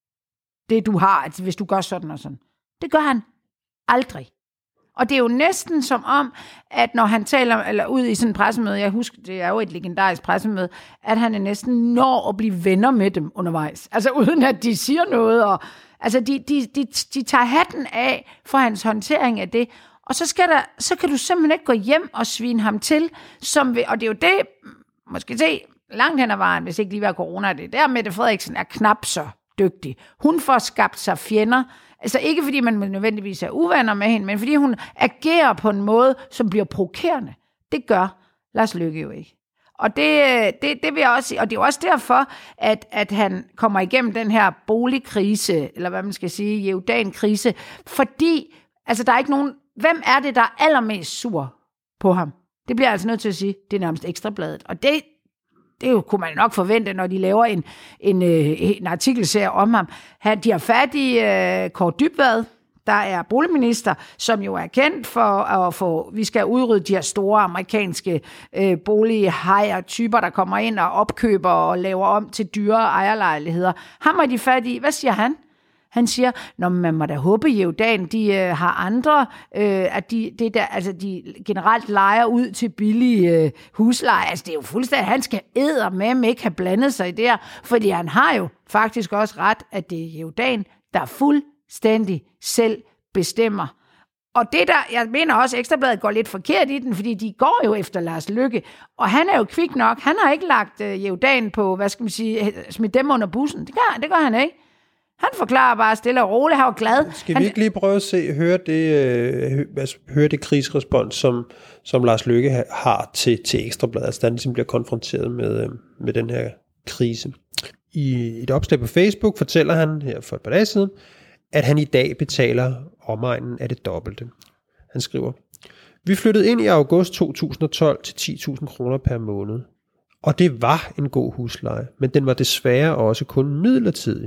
det du har, altså, hvis du gør sådan og sådan. Det gør han aldrig. Og det er jo næsten som om, at når han taler eller ud i sådan en pressemøde, jeg husker, det er jo et legendarisk pressemøde, at han er næsten når at blive venner med dem undervejs. Altså uden at de siger noget. Og, altså de, de, de, de tager hatten af for hans håndtering af det. Og så, skal der, så kan du simpelthen ikke gå hjem og svine ham til. Som vil, og det er jo det, måske se, langt hen ad vejen, hvis ikke lige var corona, det der Mette Frederiksen er knap så dygtig. Hun får skabt sig fjender. Altså ikke fordi man nødvendigvis er uvenner med hende, men fordi hun agerer på en måde, som bliver provokerende. Det gør Lars Løkke jo ikke. Og det, det, det vil jeg også sige, og det er også derfor, at, at han kommer igennem den her boligkrise, eller hvad man skal sige, Jeudan-krise, fordi, altså der er ikke nogen, hvem er det, der er allermest sur på ham? Det bliver jeg altså nødt til at sige, det er nærmest Ekstrabladet. Og det, det jo, kunne man nok forvente, når de laver en, en, en artikelserie om ham. Han, de har fat i uh, Kaare Dybvad, der er boligminister, som jo er kendt for at få, vi skal udrydde de her store amerikanske øh, bolighajer-typer, der kommer ind og opkøber og laver om til dyre ejerlejligheder. Ham er de fat i. Hvad siger han? Han siger, når man må da håbe, Jeudan, de øh, har andre, øh, at de, det der, altså, de generelt lejer ud til billige øh, husleje. Altså, det er jo fuldstændig, han skal eddermame ikke have blandet sig i det her, fordi han har jo faktisk også ret, at det er Jeudan, der fuldstændig selv bestemmer. Og det der, jeg mener også, Ekstrabladet går lidt forkert i den, fordi de går jo efter Lars Løkke, og han er jo kvik nok. Han har ikke lagt øh, Jeudan på, hvad skal man sige, smidt dem under bussen. Det gør, det gør han ikke. Han forklarer bare stille og roligt, han var glad. Skal vi ikke lige prøve at se, høre det, øh, høre det krigsrespons, som, som Lars Løkke har til, til Ekstrabladet, altså der ligesom bliver konfronteret med, med den her krise. I et opslag på Facebook fortæller han her for et par dage siden, at han i dag betaler omegnen af det dobbelte. Han skriver, vi flyttede ind i august to tusind og tolv til ti tusind kroner per måned, Og det var en god husleje, men den var desværre også kun midlertidig.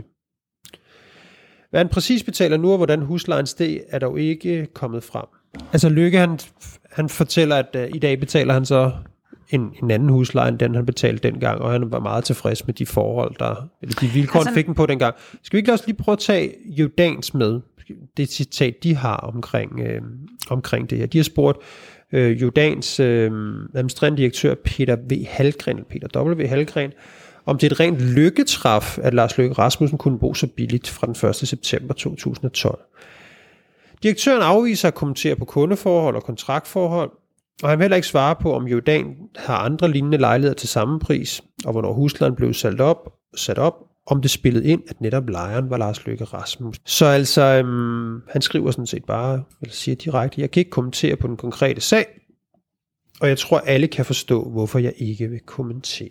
Hvad han præcis betaler nu, og hvordan huslejen steg, er dog ikke kommet frem. Altså Løkke, han, han fortæller, at uh, i dag betaler han så en, en anden husleje, end den han betalte dengang, og han var meget tilfreds med de forhold, der, eller de vilkår, altså, han fik den på dengang. Skal vi ikke også lige prøve at tage Jordans med, det citat, de har omkring, øh, omkring det her. De har spurgt øh, Jordans øh, administrerende direktør Peter V. Hallgren, Peter W. Hallgren, om det er et rent lykketræf, at Lars Løkke Rasmussen kunne bo så billigt fra den første september to tusind og tolv. Direktøren afviser at kommentere på kundeforhold og kontraktforhold, og han vil heller ikke svare på, om Jordan har andre lignende lejligheder til samme pris, og hvornår huslejen blev sat op, sat op, om det spillede ind, at netop lejeren var Lars Løkke Rasmussen. Så altså, øhm, han skriver sådan set bare, eller siger direkte, jeg kan ikke kommentere på den konkrete sag, og jeg tror, alle kan forstå, hvorfor jeg ikke vil kommentere.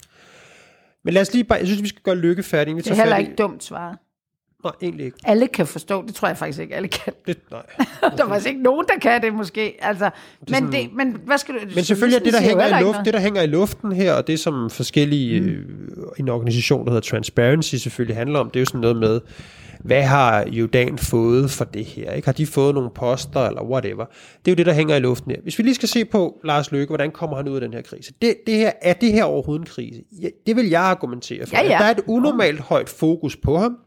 Men lad os lige bare, jeg synes, vi skal gøre Løkke færdig. Vi det er heller ikke dumt svaret. Nej, egentlig ikke. Alle kan forstå, det tror jeg faktisk ikke, alle kan. Det, nej. Der er faktisk ikke nogen, der kan det måske. Altså, det men, sådan, det, men hvad skal du... Men selvfølgelig er det, der hænger i luft, det, der hænger i luften her, og det, som forskellige, mm. øh, en organisation, der hedder Transparency, selvfølgelig handler om, det er jo sådan noget med, hvad har Jordan fået for det her? Ikke? Har de fået nogle poster, eller whatever? Det er jo det, der hænger i luften her. Hvis vi lige skal se på Lars Løkke, hvordan kommer han ud af den her krise? Det, det her, er det her overhovedet en krise? Ja, det vil jeg argumentere for. Ja, ja. Der er et unormalt højt fokus på ham.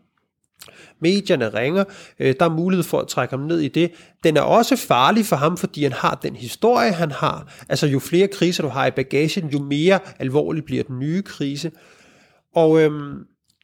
Medierne ringer, øh, der er mulighed for at trække ham ned i det. Den er også farlig for ham, fordi han har den historie, han har. Altså jo flere kriser du har i bagagen, jo mere alvorlig bliver den nye krise. Og øhm,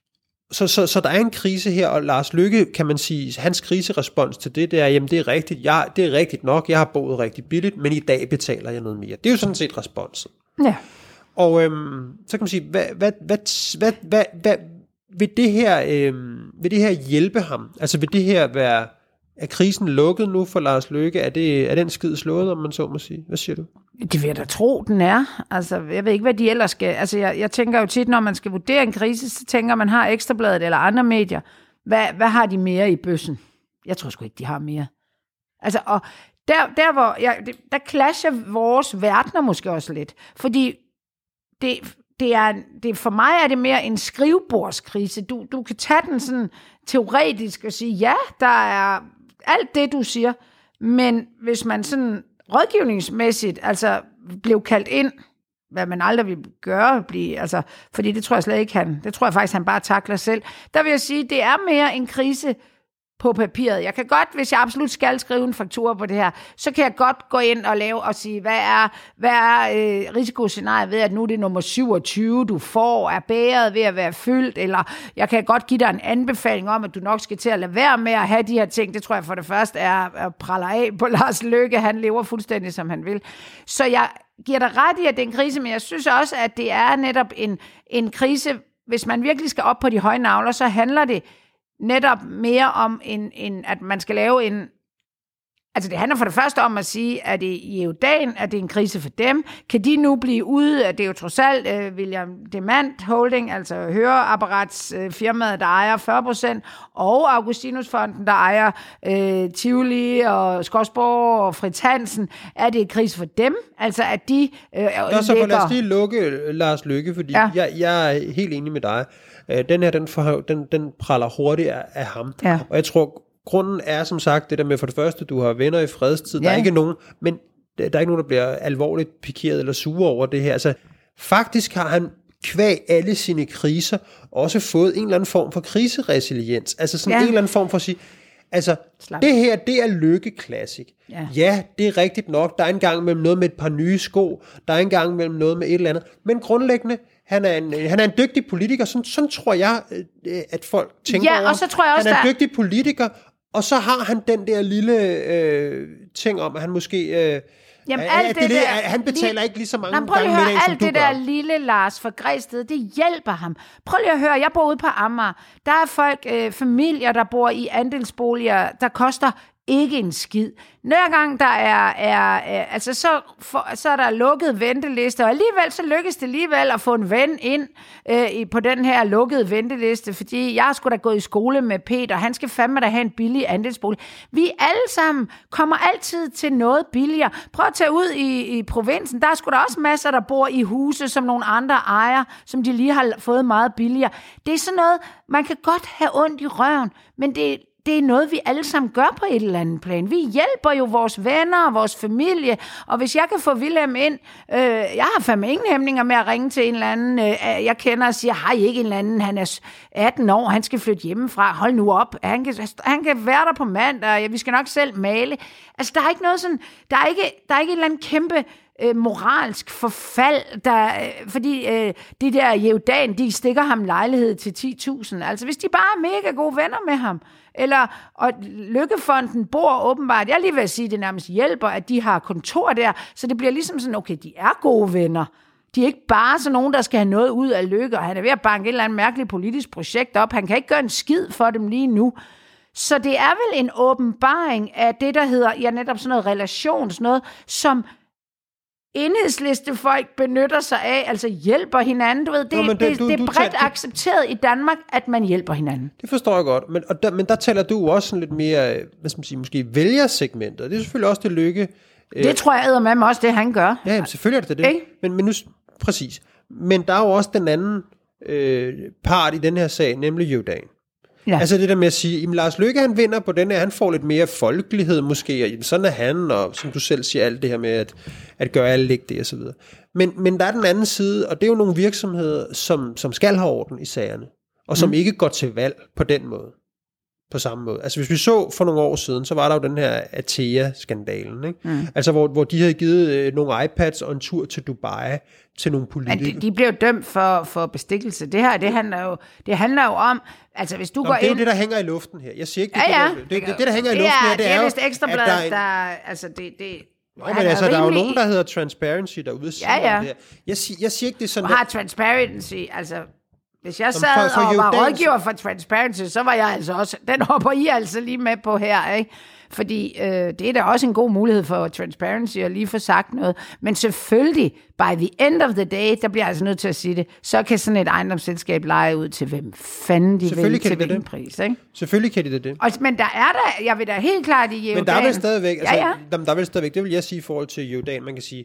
så, så, så der er en krise her, og Lars Løkke, kan man sige, hans kriserespons til det, det er, jamen det er rigtigt, jeg, det er rigtigt nok, jeg har boet rigtig billigt, men i dag betaler jeg noget mere. Det er jo sådan set responsen. Ja. Og øhm, så kan man sige, hvad, hvad, hvad, hvad, hvad, hvad vil det her, øh, vil det her hjælpe ham? Altså vil det her være, er krisen lukket nu for Lars Løkke? Er, det, er den skid slået, om man så må sige? Hvad siger du? Det vil jeg da tro, den er. Altså, jeg ved ikke, hvad de ellers skal. Altså, jeg, jeg tænker jo tit, når man skal vurdere en krise, så tænker man, har Ekstrabladet eller andre medier. Hvad, hvad har de mere i bøssen? Jeg tror sgu ikke, de har mere. Altså, og der, der hvor, jeg, der clasher vores verdener måske også lidt. Fordi det... Det er, det, for mig er det mere en skrivebordskrise. Du, du kan tage den sådan teoretisk og sige, ja, der er alt det, du siger, men hvis man sådan rådgivningsmæssigt altså blev kaldt ind, hvad man aldrig vil gøre, blive, altså, fordi det tror jeg slet ikke, han, det tror jeg faktisk, han bare takler selv, der vil jeg sige, det er mere en krise på papiret. Jeg kan godt, hvis jeg absolut skal skrive en faktura på det her, så kan jeg godt gå ind og lave og sige, hvad er, hvad er øh, risikoscenariet ved, at nu er det nummer syvogtyve, du får, er bæret ved at være fyldt, eller jeg kan godt give dig en anbefaling om, at du nok skal til at lade være med at have de her ting. Det tror jeg for det første er at praller af på Lars Løkke. Han lever fuldstændig, som han vil. Så jeg giver dig ret i, at det er en krise, men jeg synes også, at det er netop en, en krise, hvis man virkelig skal op på de høje nagler, så handler det netop mere om, en, en, at man skal lave en... Altså det handler for det første om at sige, at det i Jordan, at det er en krise for dem. Kan de nu blive ude, at det er jo trods alt uh, William Demant Holding, altså høreapparatsfirmaet, uh, der ejer fyrre procent, og Augustinusfonden, der ejer uh, Tivoli og Skodsborg og Fritz Hansen. Er det en krise for dem? Altså at de uh, Nå, så ligger... lad os lige lukke Lars Løkke, fordi ja. jeg, jeg er helt enig med dig. Den her, den, for, den, den praller hurtigt af, af ham. Ja. Og jeg tror, grunden er som sagt det der med, for det første, du har venner i fredstid. Ja. Der er ikke nogen, men der er ikke nogen, der bliver alvorligt pikeret eller sure over det her. Altså, faktisk har han kvæg alle sine kriser også fået en eller anden form for kriseresiliens. Altså sådan ja. en eller anden form for at sige, altså, Slap. det her, det er Løkke Classic. Ja. ja, det er rigtigt nok. Der er engang mellem noget med et par nye sko. Der er engang mellem noget med et eller andet. Men grundlæggende, Han er, en, han er en dygtig politiker, sådan, sådan tror jeg, at folk tænker ja, over. Og så tror jeg også, han er en der... dygtig politiker, og så har han den der lille øh, ting om, at han måske... Øh, Jamen, at, alt at det det der, der, han betaler lige, ikke lige så mange jamen, gange med det, alt det der gør. Lille Lars fra Græsted, det hjælper ham. Prøv lige at høre, jeg bor ude på Amager. Der er folk, øh, familier, der bor i andelsboliger, der koster ikke en skid. Hver gang der er, er, er altså så, for, så er der lukket venteliste, og alligevel så lykkes det alligevel at få en ven ind øh, på den her lukkede venteliste, fordi jeg har sgu da gået i skole med Peter, han skal fandme da have en billig andelsbolig. Vi alle sammen kommer altid til noget billigere. Prøv at tage ud i, i provinsen, der er sgu da også masser, der bor i huse, som nogle andre ejer, som de lige har fået meget billigere. Det er sådan noget, man kan godt have ondt i røven, men det Det er noget, vi alle sammen gør på et eller andet plan. Vi hjælper jo vores venner og vores familie, og hvis jeg kan få Wilhelm ind, øh, jeg har fandme ingen hæmninger med at ringe til en eller anden, øh, jeg kender og siger, har I ikke en eller anden, han er atten år, han skal flytte hjemmefra, hold nu op, han kan, han kan være der på mandag, ja, vi skal nok selv male. Altså, der er ikke noget sådan, der er ikke, der er ikke en eller anden kæmpe øh, moralsk forfald, der, øh, fordi øh, de der Jevdan, de stikker ham lejlighed til ti tusind. Altså, hvis de bare er mega gode venner med ham, eller, og Lykkefonden bor åbenbart, jeg lige vil sige, det nærmest hjælper, at de har kontor der, så det bliver ligesom sådan, okay, de er gode venner. De er ikke bare sådan nogen, der skal have noget ud af Lykke, og han er ved at banke et eller andet mærkeligt politisk projekt op. Han kan ikke gøre en skid for dem lige nu. Så det er vel en åbenbaring af det, der hedder, ja, netop sådan noget relation, sådan noget, som enhedslistefolk benytter sig af, altså hjælper hinanden. Du ved, det, Nå, det, det, du, det er bredt tager, accepteret i Danmark, at man hjælper hinanden. Det forstår jeg godt, men, og der, men der taler du også sådan lidt mere, hvad skal man sige, måske vælgersegmentet. Det er selvfølgelig også det Lykke. Det øh, tror jeg eddermame også, det han gør. Ja, jamen, selvfølgelig er det det. Men, men nu, præcis. Men der er jo også den anden øh, part i den her sag, nemlig Jevdan. Ja. Altså det der med at sige, at Lars Løkke han vinder på den her, han får lidt mere folkelighed måske, og sådan er han, og som du selv siger, alt det her med at, at gøre alle lægge det og så videre. Men, men der er den anden side, og det er jo nogle virksomheder, som, som skal have orden i sagerne, og som mm. ikke går til valg på den måde, på samme måde. Altså hvis vi så for nogle år siden, så var der jo den her Atea-skandalen, ikke? Mm. Altså hvor, hvor de havde givet øh, nogle iPads og en tur til Dubai til nogle politikere. Men de, de blev dømt for, for bestikkelse. Det her, det handler jo, det handler jo om, altså hvis du Nå, går det er ind... jo det, der hænger i luften her. Jeg siger ikke, det, ja, ja. det, der, det, det, det, der hænger det i luften er, her, det, det er, er jo... vist Ekstrabladet, der... der altså det... det Nå, men altså, rimelig... der er jo nogen, der hedder Transparency, der er ude at sige ja, ja. det her. Jeg, sig, jeg siger ikke, det er sådan... Du har Transparency, altså... Hvis jeg sad for, for og var rådgiver for Transparency, så var jeg altså også... Den hopper I altså lige med på her, ikke? Fordi øh, det er da også en god mulighed for Transparency at lige få sagt noget. Men selvfølgelig, by the end of the day, der bliver jeg altså nødt til at sige det, så kan sådan et ejendomsselskab lege ud til hvem fanden de vil, til hvilken pris, ikke? Selvfølgelig kan de det. det. Og, men der er der, jeg vil da helt klart i Jevdan. Men der er vel stadigvæk, altså, ja, ja. Der, der er vel stadigvæk, det vil jeg sige i forhold til Jevdan, man kan sige,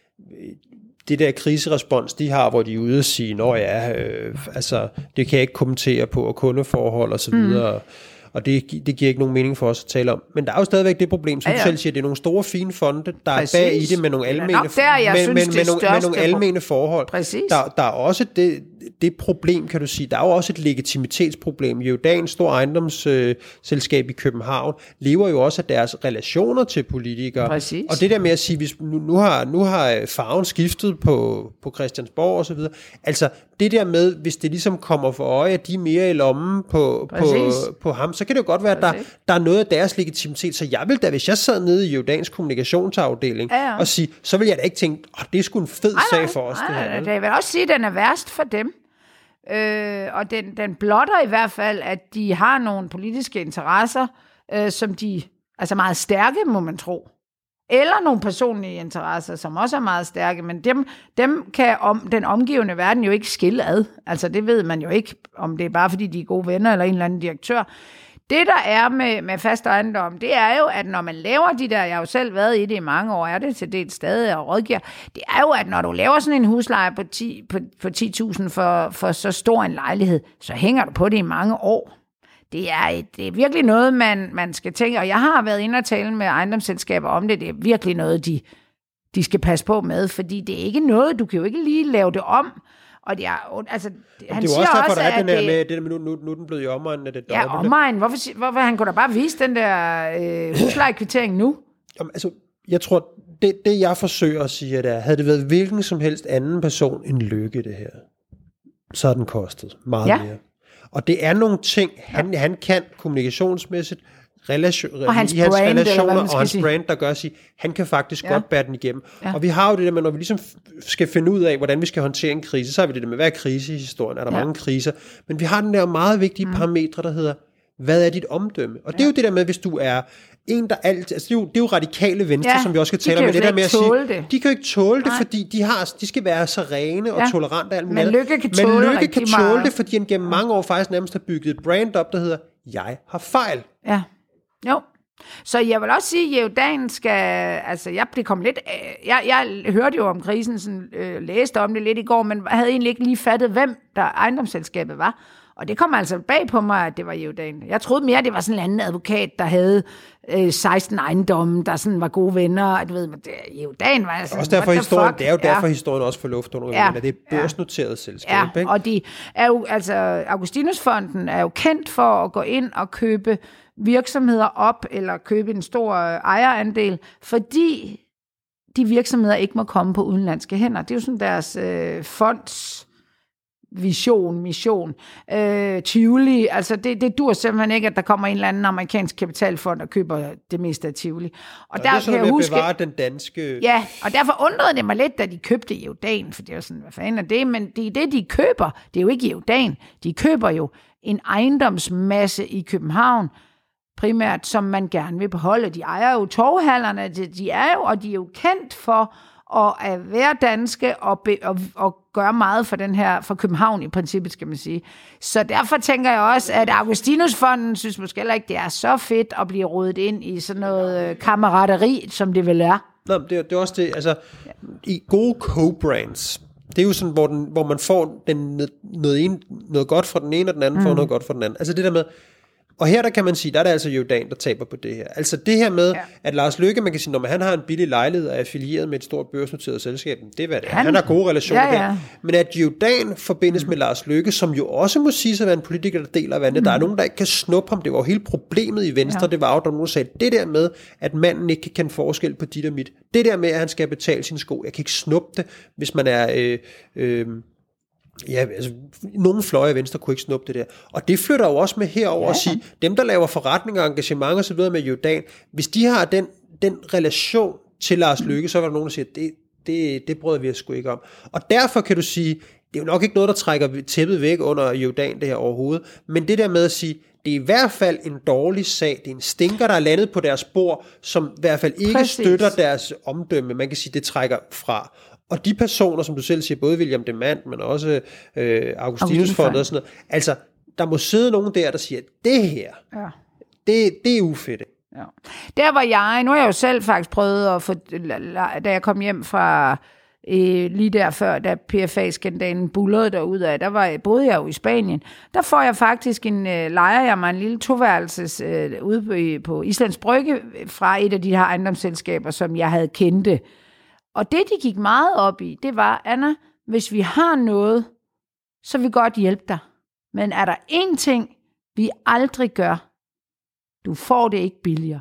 det der kriserespons, de har, hvor de er ude og sige, nå ja, øh, altså, det kan jeg ikke kommentere på, og kundeforhold og så videre, mm. og det, det giver ikke nogen mening for os at tale om. Men der er jo stadigvæk det problem, som ja, ja. du selv siger, det er nogle store, fine fonde, der Præcis. er bag i det med nogle almene, der, med, synes, med, med, nogle, med nogle almene forhold. Der, der er også det, det problem, kan du sige, der er jo også et legitimitetsproblem. Jevdan, stor ejendomsselskab øh, i København, lever jo også af deres relationer til politikere. Præcis. Og det der med at sige, hvis nu, nu, har, nu har farven skiftet på, på Christiansborg og så videre, altså det der med, hvis det ligesom kommer for øje, at de er mere i lommen på, på, på ham, så kan det jo godt være, at der, der er noget af deres legitimitet. Så jeg vil da, hvis jeg sad nede i Jevdans kommunikationsafdeling ja, ja. og sige, så vil jeg da ikke tænke, åh, det er sgu en fed ej, sag for os. Ej, det her. Jeg vil også sige, at den er værst for dem. Øh, og den, den blotter i hvert fald, at de har nogle politiske interesser, øh, som de altså meget stærke, må man tro. Eller nogle personlige interesser, som også er meget stærke, men dem, dem kan om, den omgivende verden jo ikke skille ad. Altså det ved man jo ikke, om det er bare fordi de er gode venner eller en eller anden direktør. Det der er med, med fast ejendom, det er jo, at når man laver de der, jeg har jo selv været i det i mange år, er det til det stadig og rådgiver, det er jo, at når du laver sådan en husleje på, ti, på, på ti tusind for, for så stor en lejlighed, så hænger du på det i mange år. Det er, et, det er virkelig noget, man, man skal tænke, og jeg har været inde og tale med ejendomsselskaber om det, det er virkelig noget, de, de skal passe på med, fordi det er ikke noget, du kan jo ikke lige lave det om, og det er, altså, han det er siger også, derfor, også, der er at den her det, med, det der med nu, nu, nu er den blevet i omegnen af det ja, dobbelt. omegnen, hvorfor, hvorfor han kunne da bare vise den der øh, huslejekvittering nu? Jamen, altså, jeg tror, det, det jeg forsøger at sige, det er, havde det været hvilken som helst anden person end Lykke, det her, så har den kostet meget ja. mere. Og det er nogle ting, han, ja. han kan kommunikationsmæssigt, relation, og hans, i hans brand, relationer og hans sige. brand, der gør sig, han kan faktisk ja. godt bære den igennem. Ja. Og vi har jo det der med, når vi ligesom skal finde ud af, hvordan vi skal håndtere en krise, så har vi det der med, hvad er krise i historien? Er der ja. mange kriser? Men vi har den der meget vigtige mm. parametre, der hedder, hvad er dit omdømme? Og det er jo det der med, hvis du er en, der alt, altså det er jo, det er jo radikale venstre, ja, som vi også skal tale om, det der med at sige, det. de kan jo ikke tåle det, Nej. fordi de, har, de skal være så rene og ja. tolerante og alt muligt. Men Lykke kan tåle, Men Lykke kan tåle det, fordi han gennem mange år faktisk nærmest har bygget et brand op, der hedder, jeg har fejl. Ja, jo. Så jeg vil også sige, at Georg Dahn skal, altså jeg blev kommet lidt, jeg, jeg hørte jo om krisen, sådan, øh, læste om det lidt i går, men havde egentlig ikke lige fattet, hvem der ejendomsselskabet var. Og det kom altså bag på mig, at det var Georg Dahn. Jeg troede mere, at det var sådan en anden advokat, der havde øh, seksten ejendomme, der sådan var gode venner. Du ved, Georg Dahn var altså, også derfor historien, det er jo derfor ja. historien også for luft under, ja. det er et børsnoteret ja. selskab. Ja, ikke? og de er jo, altså Augustinusfonden er jo kendt for at gå ind og købe virksomheder op, eller købe en stor ejerandel, fordi de virksomheder ikke må komme på udenlandske hænder. Det er jo sådan deres øh, fonds vision, mission. Øh, Tivoli, altså det, det dur simpelthen ikke, at der kommer en eller anden amerikansk kapitalfond og køber det meste af Tivoli. Og, og der det er sådan, kan jeg huske, bevare den danske... Ja, og derfor undrede det mig lidt, da de købte Georg Dahn, for det var sådan, hvad fanden er det? Men det er det, de køber. Det er jo ikke Georg Dahn. De køber jo en ejendomsmasse i København, primært, som man gerne vil beholde. De ejer jo torvehallerne, de, de er jo, og de er jo kendt for at være danske og, be, og, og gøre meget for den her, for København i princippet, skal man sige. Så derfor tænker jeg også, at Augustinusfonden synes måske heller ikke, det er så fedt at blive rodet ind i sådan noget kammerateri, som det vel er. Nå, det, det er også det, altså, i gode co-brands, det er jo sådan, hvor, den, hvor man får den, noget, en, noget godt fra den ene, og den anden mm. får noget godt fra den anden. Altså det der med, og her der kan man sige, der er det altså Georg Dahn, der taber på det her. Altså det her med, ja. at Lars Løkke, man kan sige, når han har en billig lejlighed og er affilieret med et stort børsnoteret selskab, det er hvad det er. Han, han har gode relationer ja, ja. der. Men at Georg Dahn forbindes mm. med Lars Løkke, som jo også må sige sig at være en politiker, der deler vandet. Mm. Der er nogen, der ikke kan snuppe ham. Det var jo hele problemet i Venstre. Ja. Det var jo, der nogen sagde, det der med, at manden ikke kan kende forskel på dit og mit. Det der med, at han skal betale sine sko. Jeg kan ikke snuppe det, hvis man er... Øh, øh, Ja, altså, nogle fløje af Venstre kunne ikke snuppe det der. Og det flytter jo også med herover ja, ja. at sige, dem der laver forretninger, engagement og så videre med Georg Dahn, hvis de har den, den relation til Lars Løkke, så var der nogen, der siger, det, det, det bryder vi os sgu ikke om. Og derfor kan du sige, det er jo nok ikke noget, der trækker tæppet væk under Georg Dahn det her overhovedet, men det der med at sige, det er i hvert fald en dårlig sag, det er en stinker, der er landet på deres bord, som i hvert fald ikke Præcis. støtter deres omdømme, man kan sige, det trækker fra. Og de personer, som du selv siger, både William Demant, men også øh, Augustinusfondet og sådan noget, altså, der må sidde nogen der, der siger, det her, ja. det, det er ufedt. Ja. Der var jeg, nu har jeg jo selv faktisk prøvet at få, da jeg kom hjem fra, øh, lige der før, da P F A-skandalen bullede derudad, der var, boede jeg jo i Spanien, der får jeg faktisk en, øh, lejer jeg mig en lille toværelses øh, ude på, på Islands Brygge, fra et af de her ejendomsselskaber, som jeg havde kendte. Og det, de gik meget op i, det var, Anna, hvis vi har noget, så vil vi godt hjælpe dig. Men er der én ting, vi aldrig gør, du får det ikke billigere.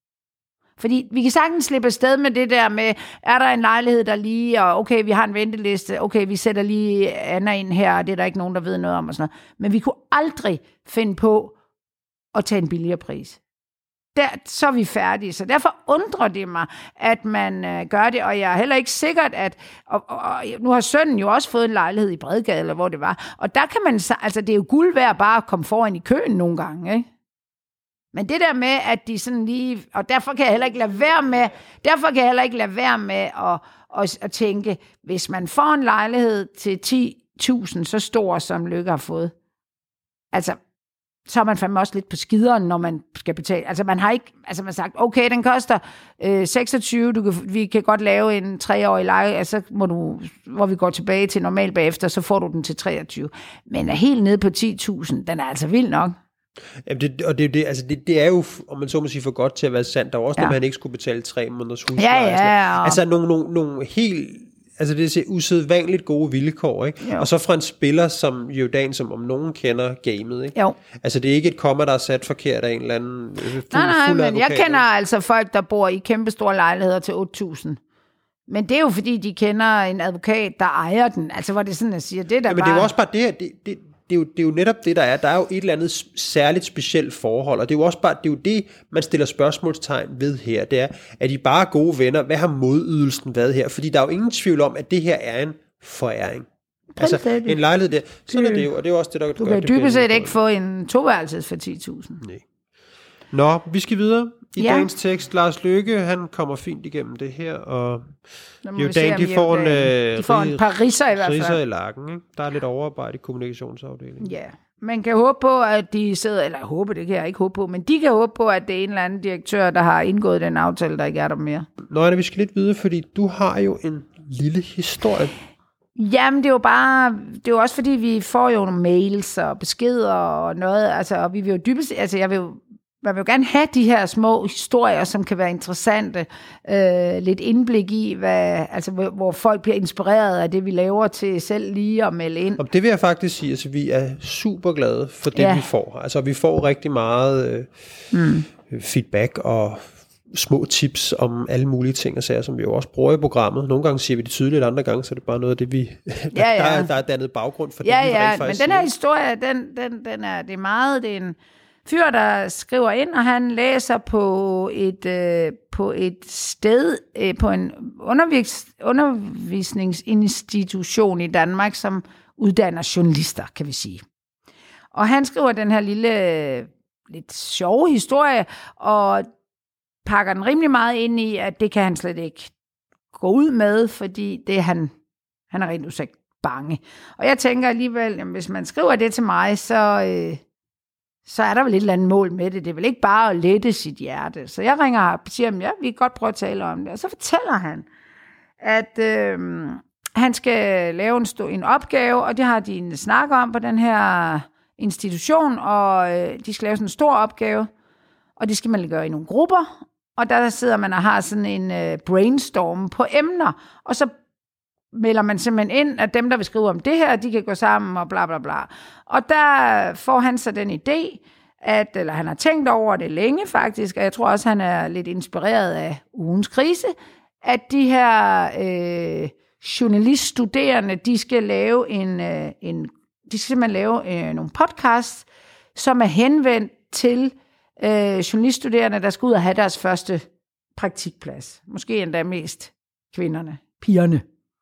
Fordi vi kan sagtens slippe afsted med det der med, er der en lejlighed, der lige, og okay, vi har en venteliste, okay, vi sætter lige Anna ind her, og det er der ikke nogen, der ved noget om og sådan noget. Men vi kunne aldrig finde på at tage en billigere pris. Der, så er vi færdige. Så derfor undrer det mig, at man øh, gør det, og jeg er heller ikke sikkert, at... Og, og, og, nu har sønnen jo også fået en lejlighed i Bredgade, eller hvor det var, og der kan man... Altså, det er jo guld værd bare at komme foran i køen nogle gange, ikke? Men det der med, at de sådan lige... Og derfor kan jeg heller ikke lade være med... Derfor kan jeg heller ikke lade være med at, at, at tænke, hvis man får en lejlighed til ti tusind, så stor, som Løkke har fået, altså... så er man fandme også lidt på skideren, når man skal betale. Altså man har ikke, altså man har sagt, okay, den koster øh, seksogtyve, du kan, vi kan godt lave en treårig leje, altså må du, hvor vi går tilbage til normal bagefter, så får du den til treogtyve. Men er helt nede på ti tusind, den er altså vild nok. Jamen det, og det, det, altså det, det er jo, om man så må sige, for godt til at være sandt. Der var også ja. noget, man ikke skulle betale tre måneders husleje. Ja, ja, og... Altså nogle, nogle, nogle helt... Altså det er usædvanligt gode vilkår, ikke? Jo. Og så fra en spiller som Georg Dahn, som om nogen kender gamet, ikke? Jo. Altså det er ikke et komma, der er sat forkert af en eller anden fuld, nej, nej, fuld men advokat, jeg kender ikke? altså folk, der bor i kæmpestore lejligheder til otte tusind. Men det er jo fordi, de kender en advokat, der ejer den. Altså hvor det sådan, at siger, det der ja, men bare... det er jo også bare det her, det, det, det, er jo, det er jo netop det, der er. Der er jo et eller andet særligt specielt forhold, og det er jo også bare, det er jo det, man stiller spørgsmålstegn ved her. Det er, at de bare gode venner, hvad har modydelsen været her? Fordi der er jo ingen tvivl om, at det her er en foræring. Altså, en lejlighed der. Sådan er det jo, og det er også det, der du gør kan det. Du kan dybest set ikke få en toværelses for ti tusind. Nej. Nå, vi skal videre i ja. dagens tekst. Lars Løkke, han kommer fint igennem det her, og Jordan, de får en, øh, de får en par ridser i hvert fald. Ridser i lakken, ikke? Der er lidt overarbejde i kommunikationsafdelingen. Ja, man kan håbe på, at de sidder, eller håbe, det kan jeg ikke håbe på, men de kan håbe på, at det er en eller anden direktør, der har indgået den aftale, der ikke er der mere. Nå, Anna, vi skal lidt videre, fordi du har jo en lille historie. Jamen, det er jo bare, det er jo også fordi, vi får jo nogle mails og beskeder og noget, altså, og vi vil jo dybest, altså, jeg vil jo, man vil jo gerne have de her små historier, som kan være interessante, øh, lidt indblik i, hvad, altså, hvor, hvor folk bliver inspireret af det, vi laver til selv lige at melde ind. Og det vil jeg faktisk sige, altså, vi er super glade for det, ja. vi får. Altså, vi får rigtig meget øh, mm. feedback og små tips om alle mulige ting og sager, som vi jo også bruger i programmet. Nogle gange siger vi det tydeligt, andre gange så er det bare noget af det, vi der, ja, ja. der, er, der er dannet baggrund for ja, det, vi ja, rent faktisk men den her siger. historie, den, den, den er, det er meget, det er en fyr, der skriver ind, og han læser på et, øh, på et sted, øh, på en undervis, undervisningsinstitution i Danmark, som uddanner journalister, kan vi sige. Og han skriver den her lille, lidt sjove historie, og pakker den rimelig meget ind i, at det kan han slet ikke gå ud med, fordi det er han, han er rent udsigt bange. Og jeg tænker alligevel, jamen, hvis man skriver det til mig, så, øh, så er der vel et eller andet mål med det. Det er vel ikke bare at lette sit hjerte. Så jeg ringer og siger, ja, vi kan godt prøve at tale om det. Og så fortæller han, at øh, han skal lave en, sto- en opgave, og det har de en snak om på den her institution, og øh, de skal lave sådan en stor opgave, og det skal man gøre i nogle grupper, og der sidder man og har sådan en øh, brainstorm på emner, og så melder man simpelthen ind, at dem, der vil skrive om det her, de kan gå sammen og bla bla bla. Og der får han så den idé, at, eller han har tænkt over det længe faktisk, og jeg tror også, han er lidt inspireret af ugens krise, at de her øh, journaliststuderende, de skal lave en, øh, en de skal simpelthen lave øh, nogle podcasts, som er henvendt til øh, journaliststuderende, der skal ud og have deres første praktikplads. Måske endda mest kvinderne, pigerne.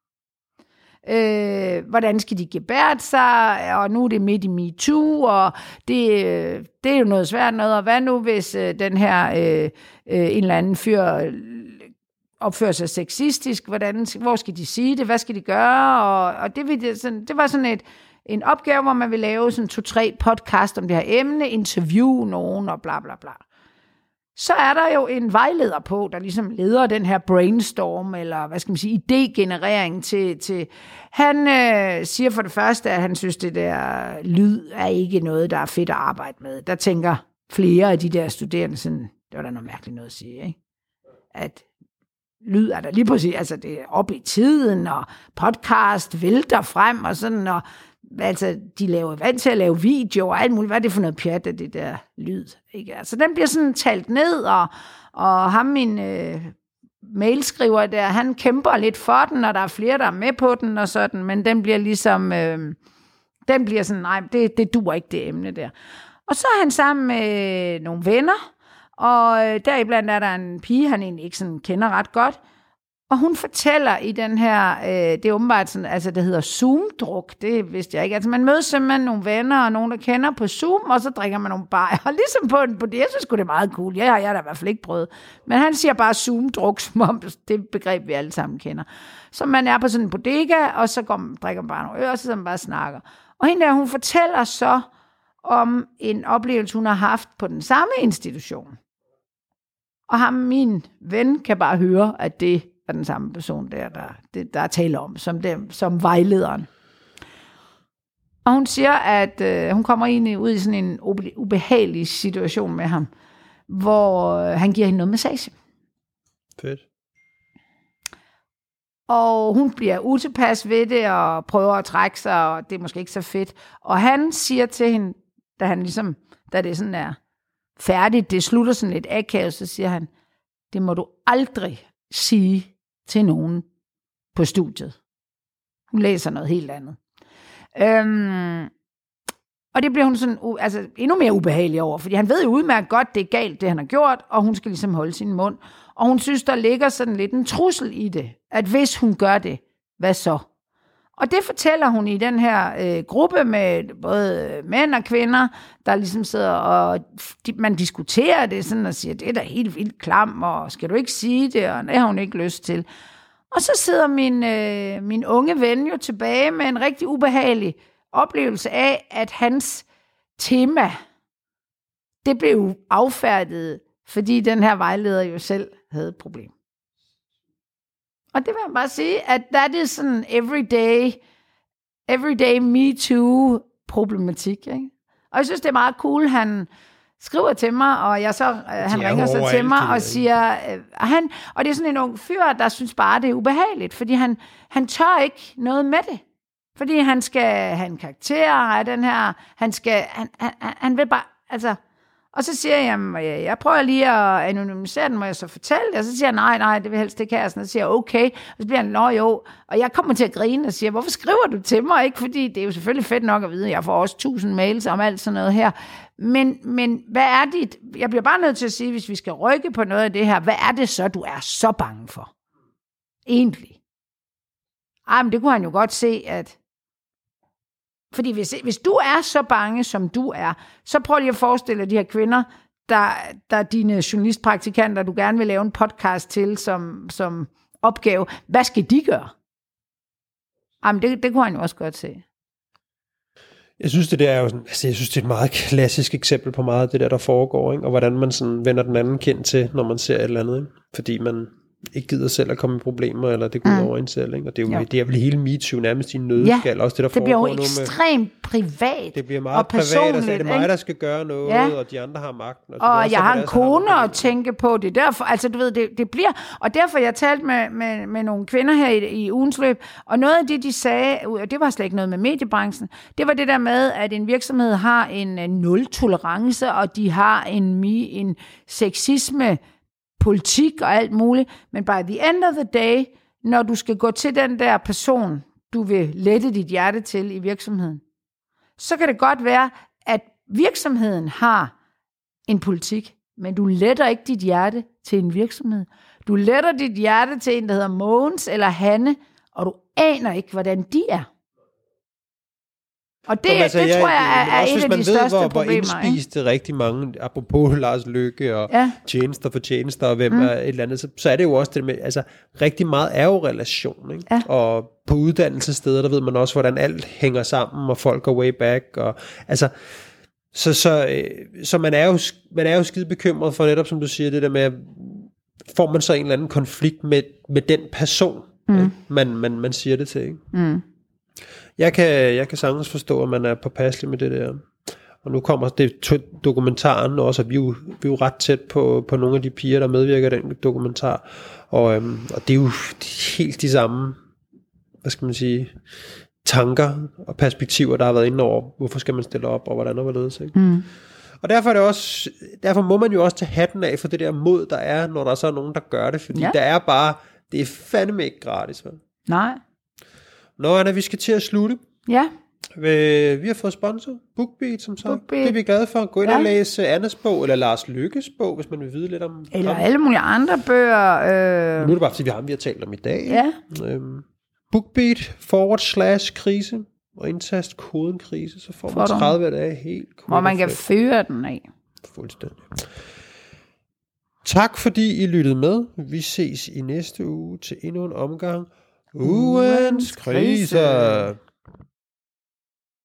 Øh, hvordan skal de gebære sig, og nu er det midt i MeToo, og det, det er jo noget svært noget, og hvad nu hvis øh, den her øh, øh, en eller anden fyr opfører sig sexistisk, hvordan, hvor skal de sige det, hvad skal de gøre, og, og det, det, det var sådan et, en opgave, hvor man vil lave sådan to-tre podcast om det her emne, interview nogen, og bla bla bla. Så er der jo en vejleder på, der ligesom leder den her brainstorm, eller hvad skal man sige, idégenerering til, til. Han øh, siger for det første, at han synes, det der lyd er ikke noget, der er fedt at arbejde med. Der tænker flere af de der studerende sådan, det var da noget mærkeligt noget at sige, ikke? At lyd er der lige præcis, altså det er op i tiden, og podcast vælter frem, og sådan, og altså, de laver vant til at lave video og alt muligt. Hvad er det for noget pjat af det der lyd? Ikke? Altså, den bliver sådan talt ned, og, og ham, min øh, mailskriver der, han kæmper lidt for den, og der er flere, der er med på den, og sådan, men den bliver ligesom, øh, den bliver sådan, nej, det, det duer ikke, det emne der. Og så er han sammen med nogle venner, og øh, deriblandt er der en pige, han egentlig ikke sådan kender ret godt, og hun fortæller i den her, øh, det er åbenbart sådan, altså det hedder Zoom-druk, det vidste jeg ikke. Altså man mødes simpelthen nogle venner og nogen, der kender på Zoom, og så drikker man nogle bajer. Og ligesom på, på det, jeg synes sgu det er meget cool. Jeg har jeg da i hvert fald ikke prøvet. Men han siger bare Zoom-druk, som om det begreb, vi alle sammen kender. Så man er på sådan en bodega, og så går man, drikker man bare nogle øl, og så man bare snakker. Og hende der, hun fortæller så om en oplevelse, hun har haft på den samme institution. Og ham, min ven, kan bare høre, at det er den samme person der, der, der er tale om, som, dem, som vejlederen. Og hun siger, at øh, hun kommer ind i, ud i sådan en ube, ubehagelig situation med ham, hvor øh, han giver hende noget massage. Fedt. Og hun bliver utilpas ved det, og prøver at trække sig, og det er måske ikke så fedt. Og han siger til hende, da han ligesom, da det sådan er færdigt, det slutter sådan lidt akavet, så siger han, det må du aldrig sige til nogen på studiet. Hun læser noget helt andet. Øhm, og det bliver hun sådan, uh, altså endnu mere ubehagelig over, fordi han ved jo udmærket godt, det er galt, det han har gjort, og hun skal ligesom holde sin mund. Og hun synes, der ligger sådan lidt en trussel i det, at hvis hun gør det, hvad så? Og det fortæller hun i den her øh, gruppe med både mænd og kvinder, der ligesom sidder og de, man diskuterer det sådan og siger, det er da helt vildt klam, og skal du ikke sige det, og det har hun ikke lyst til. Og så sidder min, øh, min unge ven jo tilbage med en rigtig ubehagelig oplevelse af, at hans tema, det blev affærdiget, fordi den her vejleder jo selv havde et problem. Og det vil jeg bare sige, at that is sådan everyday, everyday me too problematik. Ikke? Og jeg synes, det er meget cool, han skriver til mig, og jeg så, øh, han ringer så til mig og siger, øh, han, og det er sådan en ung fyr, der synes bare, det er ubehageligt, fordi han, han tør ikke noget med det. Fordi han skal have en karakter af den her, han skal, han, han, han vil bare, altså, og så siger jeg, jeg, jeg prøver lige at anonymisere den, må jeg så fortælle det, og så siger jeg, nej, nej, det vil helst ikke have, og så siger jeg, okay, og så bliver han, nå jo, og jeg kommer til at grine og siger, hvorfor skriver du til mig, ikke, fordi det er jo selvfølgelig fedt nok at vide, jeg får også tusind mails om alt sådan noget her, men, men hvad er dit, jeg bliver bare nødt til at sige, hvis vi skal rykke på noget af det her, hvad er det så, du er så bange for? Egentlig. Ej, men det kunne han jo godt se, at fordi hvis, hvis du er så bange, som du er, så prøv lige at forestille dig de her kvinder, der, der er dine journalistpraktikanter, du gerne vil lave en podcast til som, som opgave. Hvad skal de gøre? Jamen, det, det kunne han jo også godt se. Jeg synes, det der er jo sådan, altså, jeg synes, det er et meget klassisk eksempel på meget af det der, der foregår, ikke? Og hvordan man sådan vender den anden kind til, når man ser et eller andet, ikke? Fordi man ikke gider selv at komme i problemer, eller det går mm. over en selv, ikke? Og det er jo, jo. Det er vel hele MeToo nærmest i en nødskal, ja, også det, der det bliver jo ekstremt med, privat. Det bliver meget privat, og så er det mig, der skal gøre noget, ja. Og de andre har magten. Og, og jeg har en kone at tænke på det. Derfor, altså du ved, det, det bliver, og derfor jeg talte med, med, med nogle kvinder her i, i ugens løb, og noget af det, de sagde, og det var slet ikke noget med mediebranchen, det var det der med, at en virksomhed har en, en nul-tolerance, og de har en, en sexisme politik og alt muligt, men by the end of the day, når du skal gå til den der person, du vil lette dit hjerte til i virksomheden, så kan det godt være, at virksomheden har en politik, men du letter ikke dit hjerte til en virksomhed. Du letter dit hjerte til en, der hedder Mogens eller Hanne, og du aner ikke, hvordan de er. Og det, altså, det tror jeg er, er et af de største ved, hvor, problemer. Hvor indspiste rigtig mange, apropos Lars Løkke og ja. tjenester for tjenester, og hvem mm. er et eller andet, så, så er det jo også det med, altså rigtig meget er jo relation, ikke? Ja. Og på uddannelsessteder, der ved man også, hvordan alt hænger sammen, og folk går way back, og altså, så, så, så man, er jo, man er jo skide bekymret for netop, som du siger, det der med, får man så en eller anden konflikt med, med den person, mm. man, man, man siger det til, ikke? Mm. Jeg kan, jeg kan sagtens forstå, at man er påpasselig med det der. Og nu kommer det dokumentaren også, at vi er jo, vi er jo ret tæt på, på nogle af de piger, der medvirker i den dokumentar. Og, øhm, og det er jo helt de samme, hvad skal man sige, tanker og perspektiver, der har været inde over, hvorfor skal man stille op, og hvordan og hvorledes, ikke? Mm. Og derfor, er det også, derfor må man jo også tage hatten af for det der mod, der er, når der så er nogen, der gør det. Fordi ja. der er bare, det er fandme ikke gratis, vel? Nej. Nå, Anna, vi skal til at slutte. Ja. Vi har fået sponsor, BookBeat, som sagt. BookBeat. Det er vi glade for. Gå ind ja. og læse Annas bog, eller Lars Lykkes bog, hvis man vil vide lidt om... Eller om. Alle mulige andre bøger. Øh... Nu er det bare, fordi vi har, vi har talt om i dag. Ja. Øhm, BookBeat, forward slash krise, og indtast koden krise, så får man tredive dage helt... Hvor man kan føre den af. Fuldstændig. Tak fordi I lyttede med. Vi ses i næste uge til endnu en omgang Ugens Krise.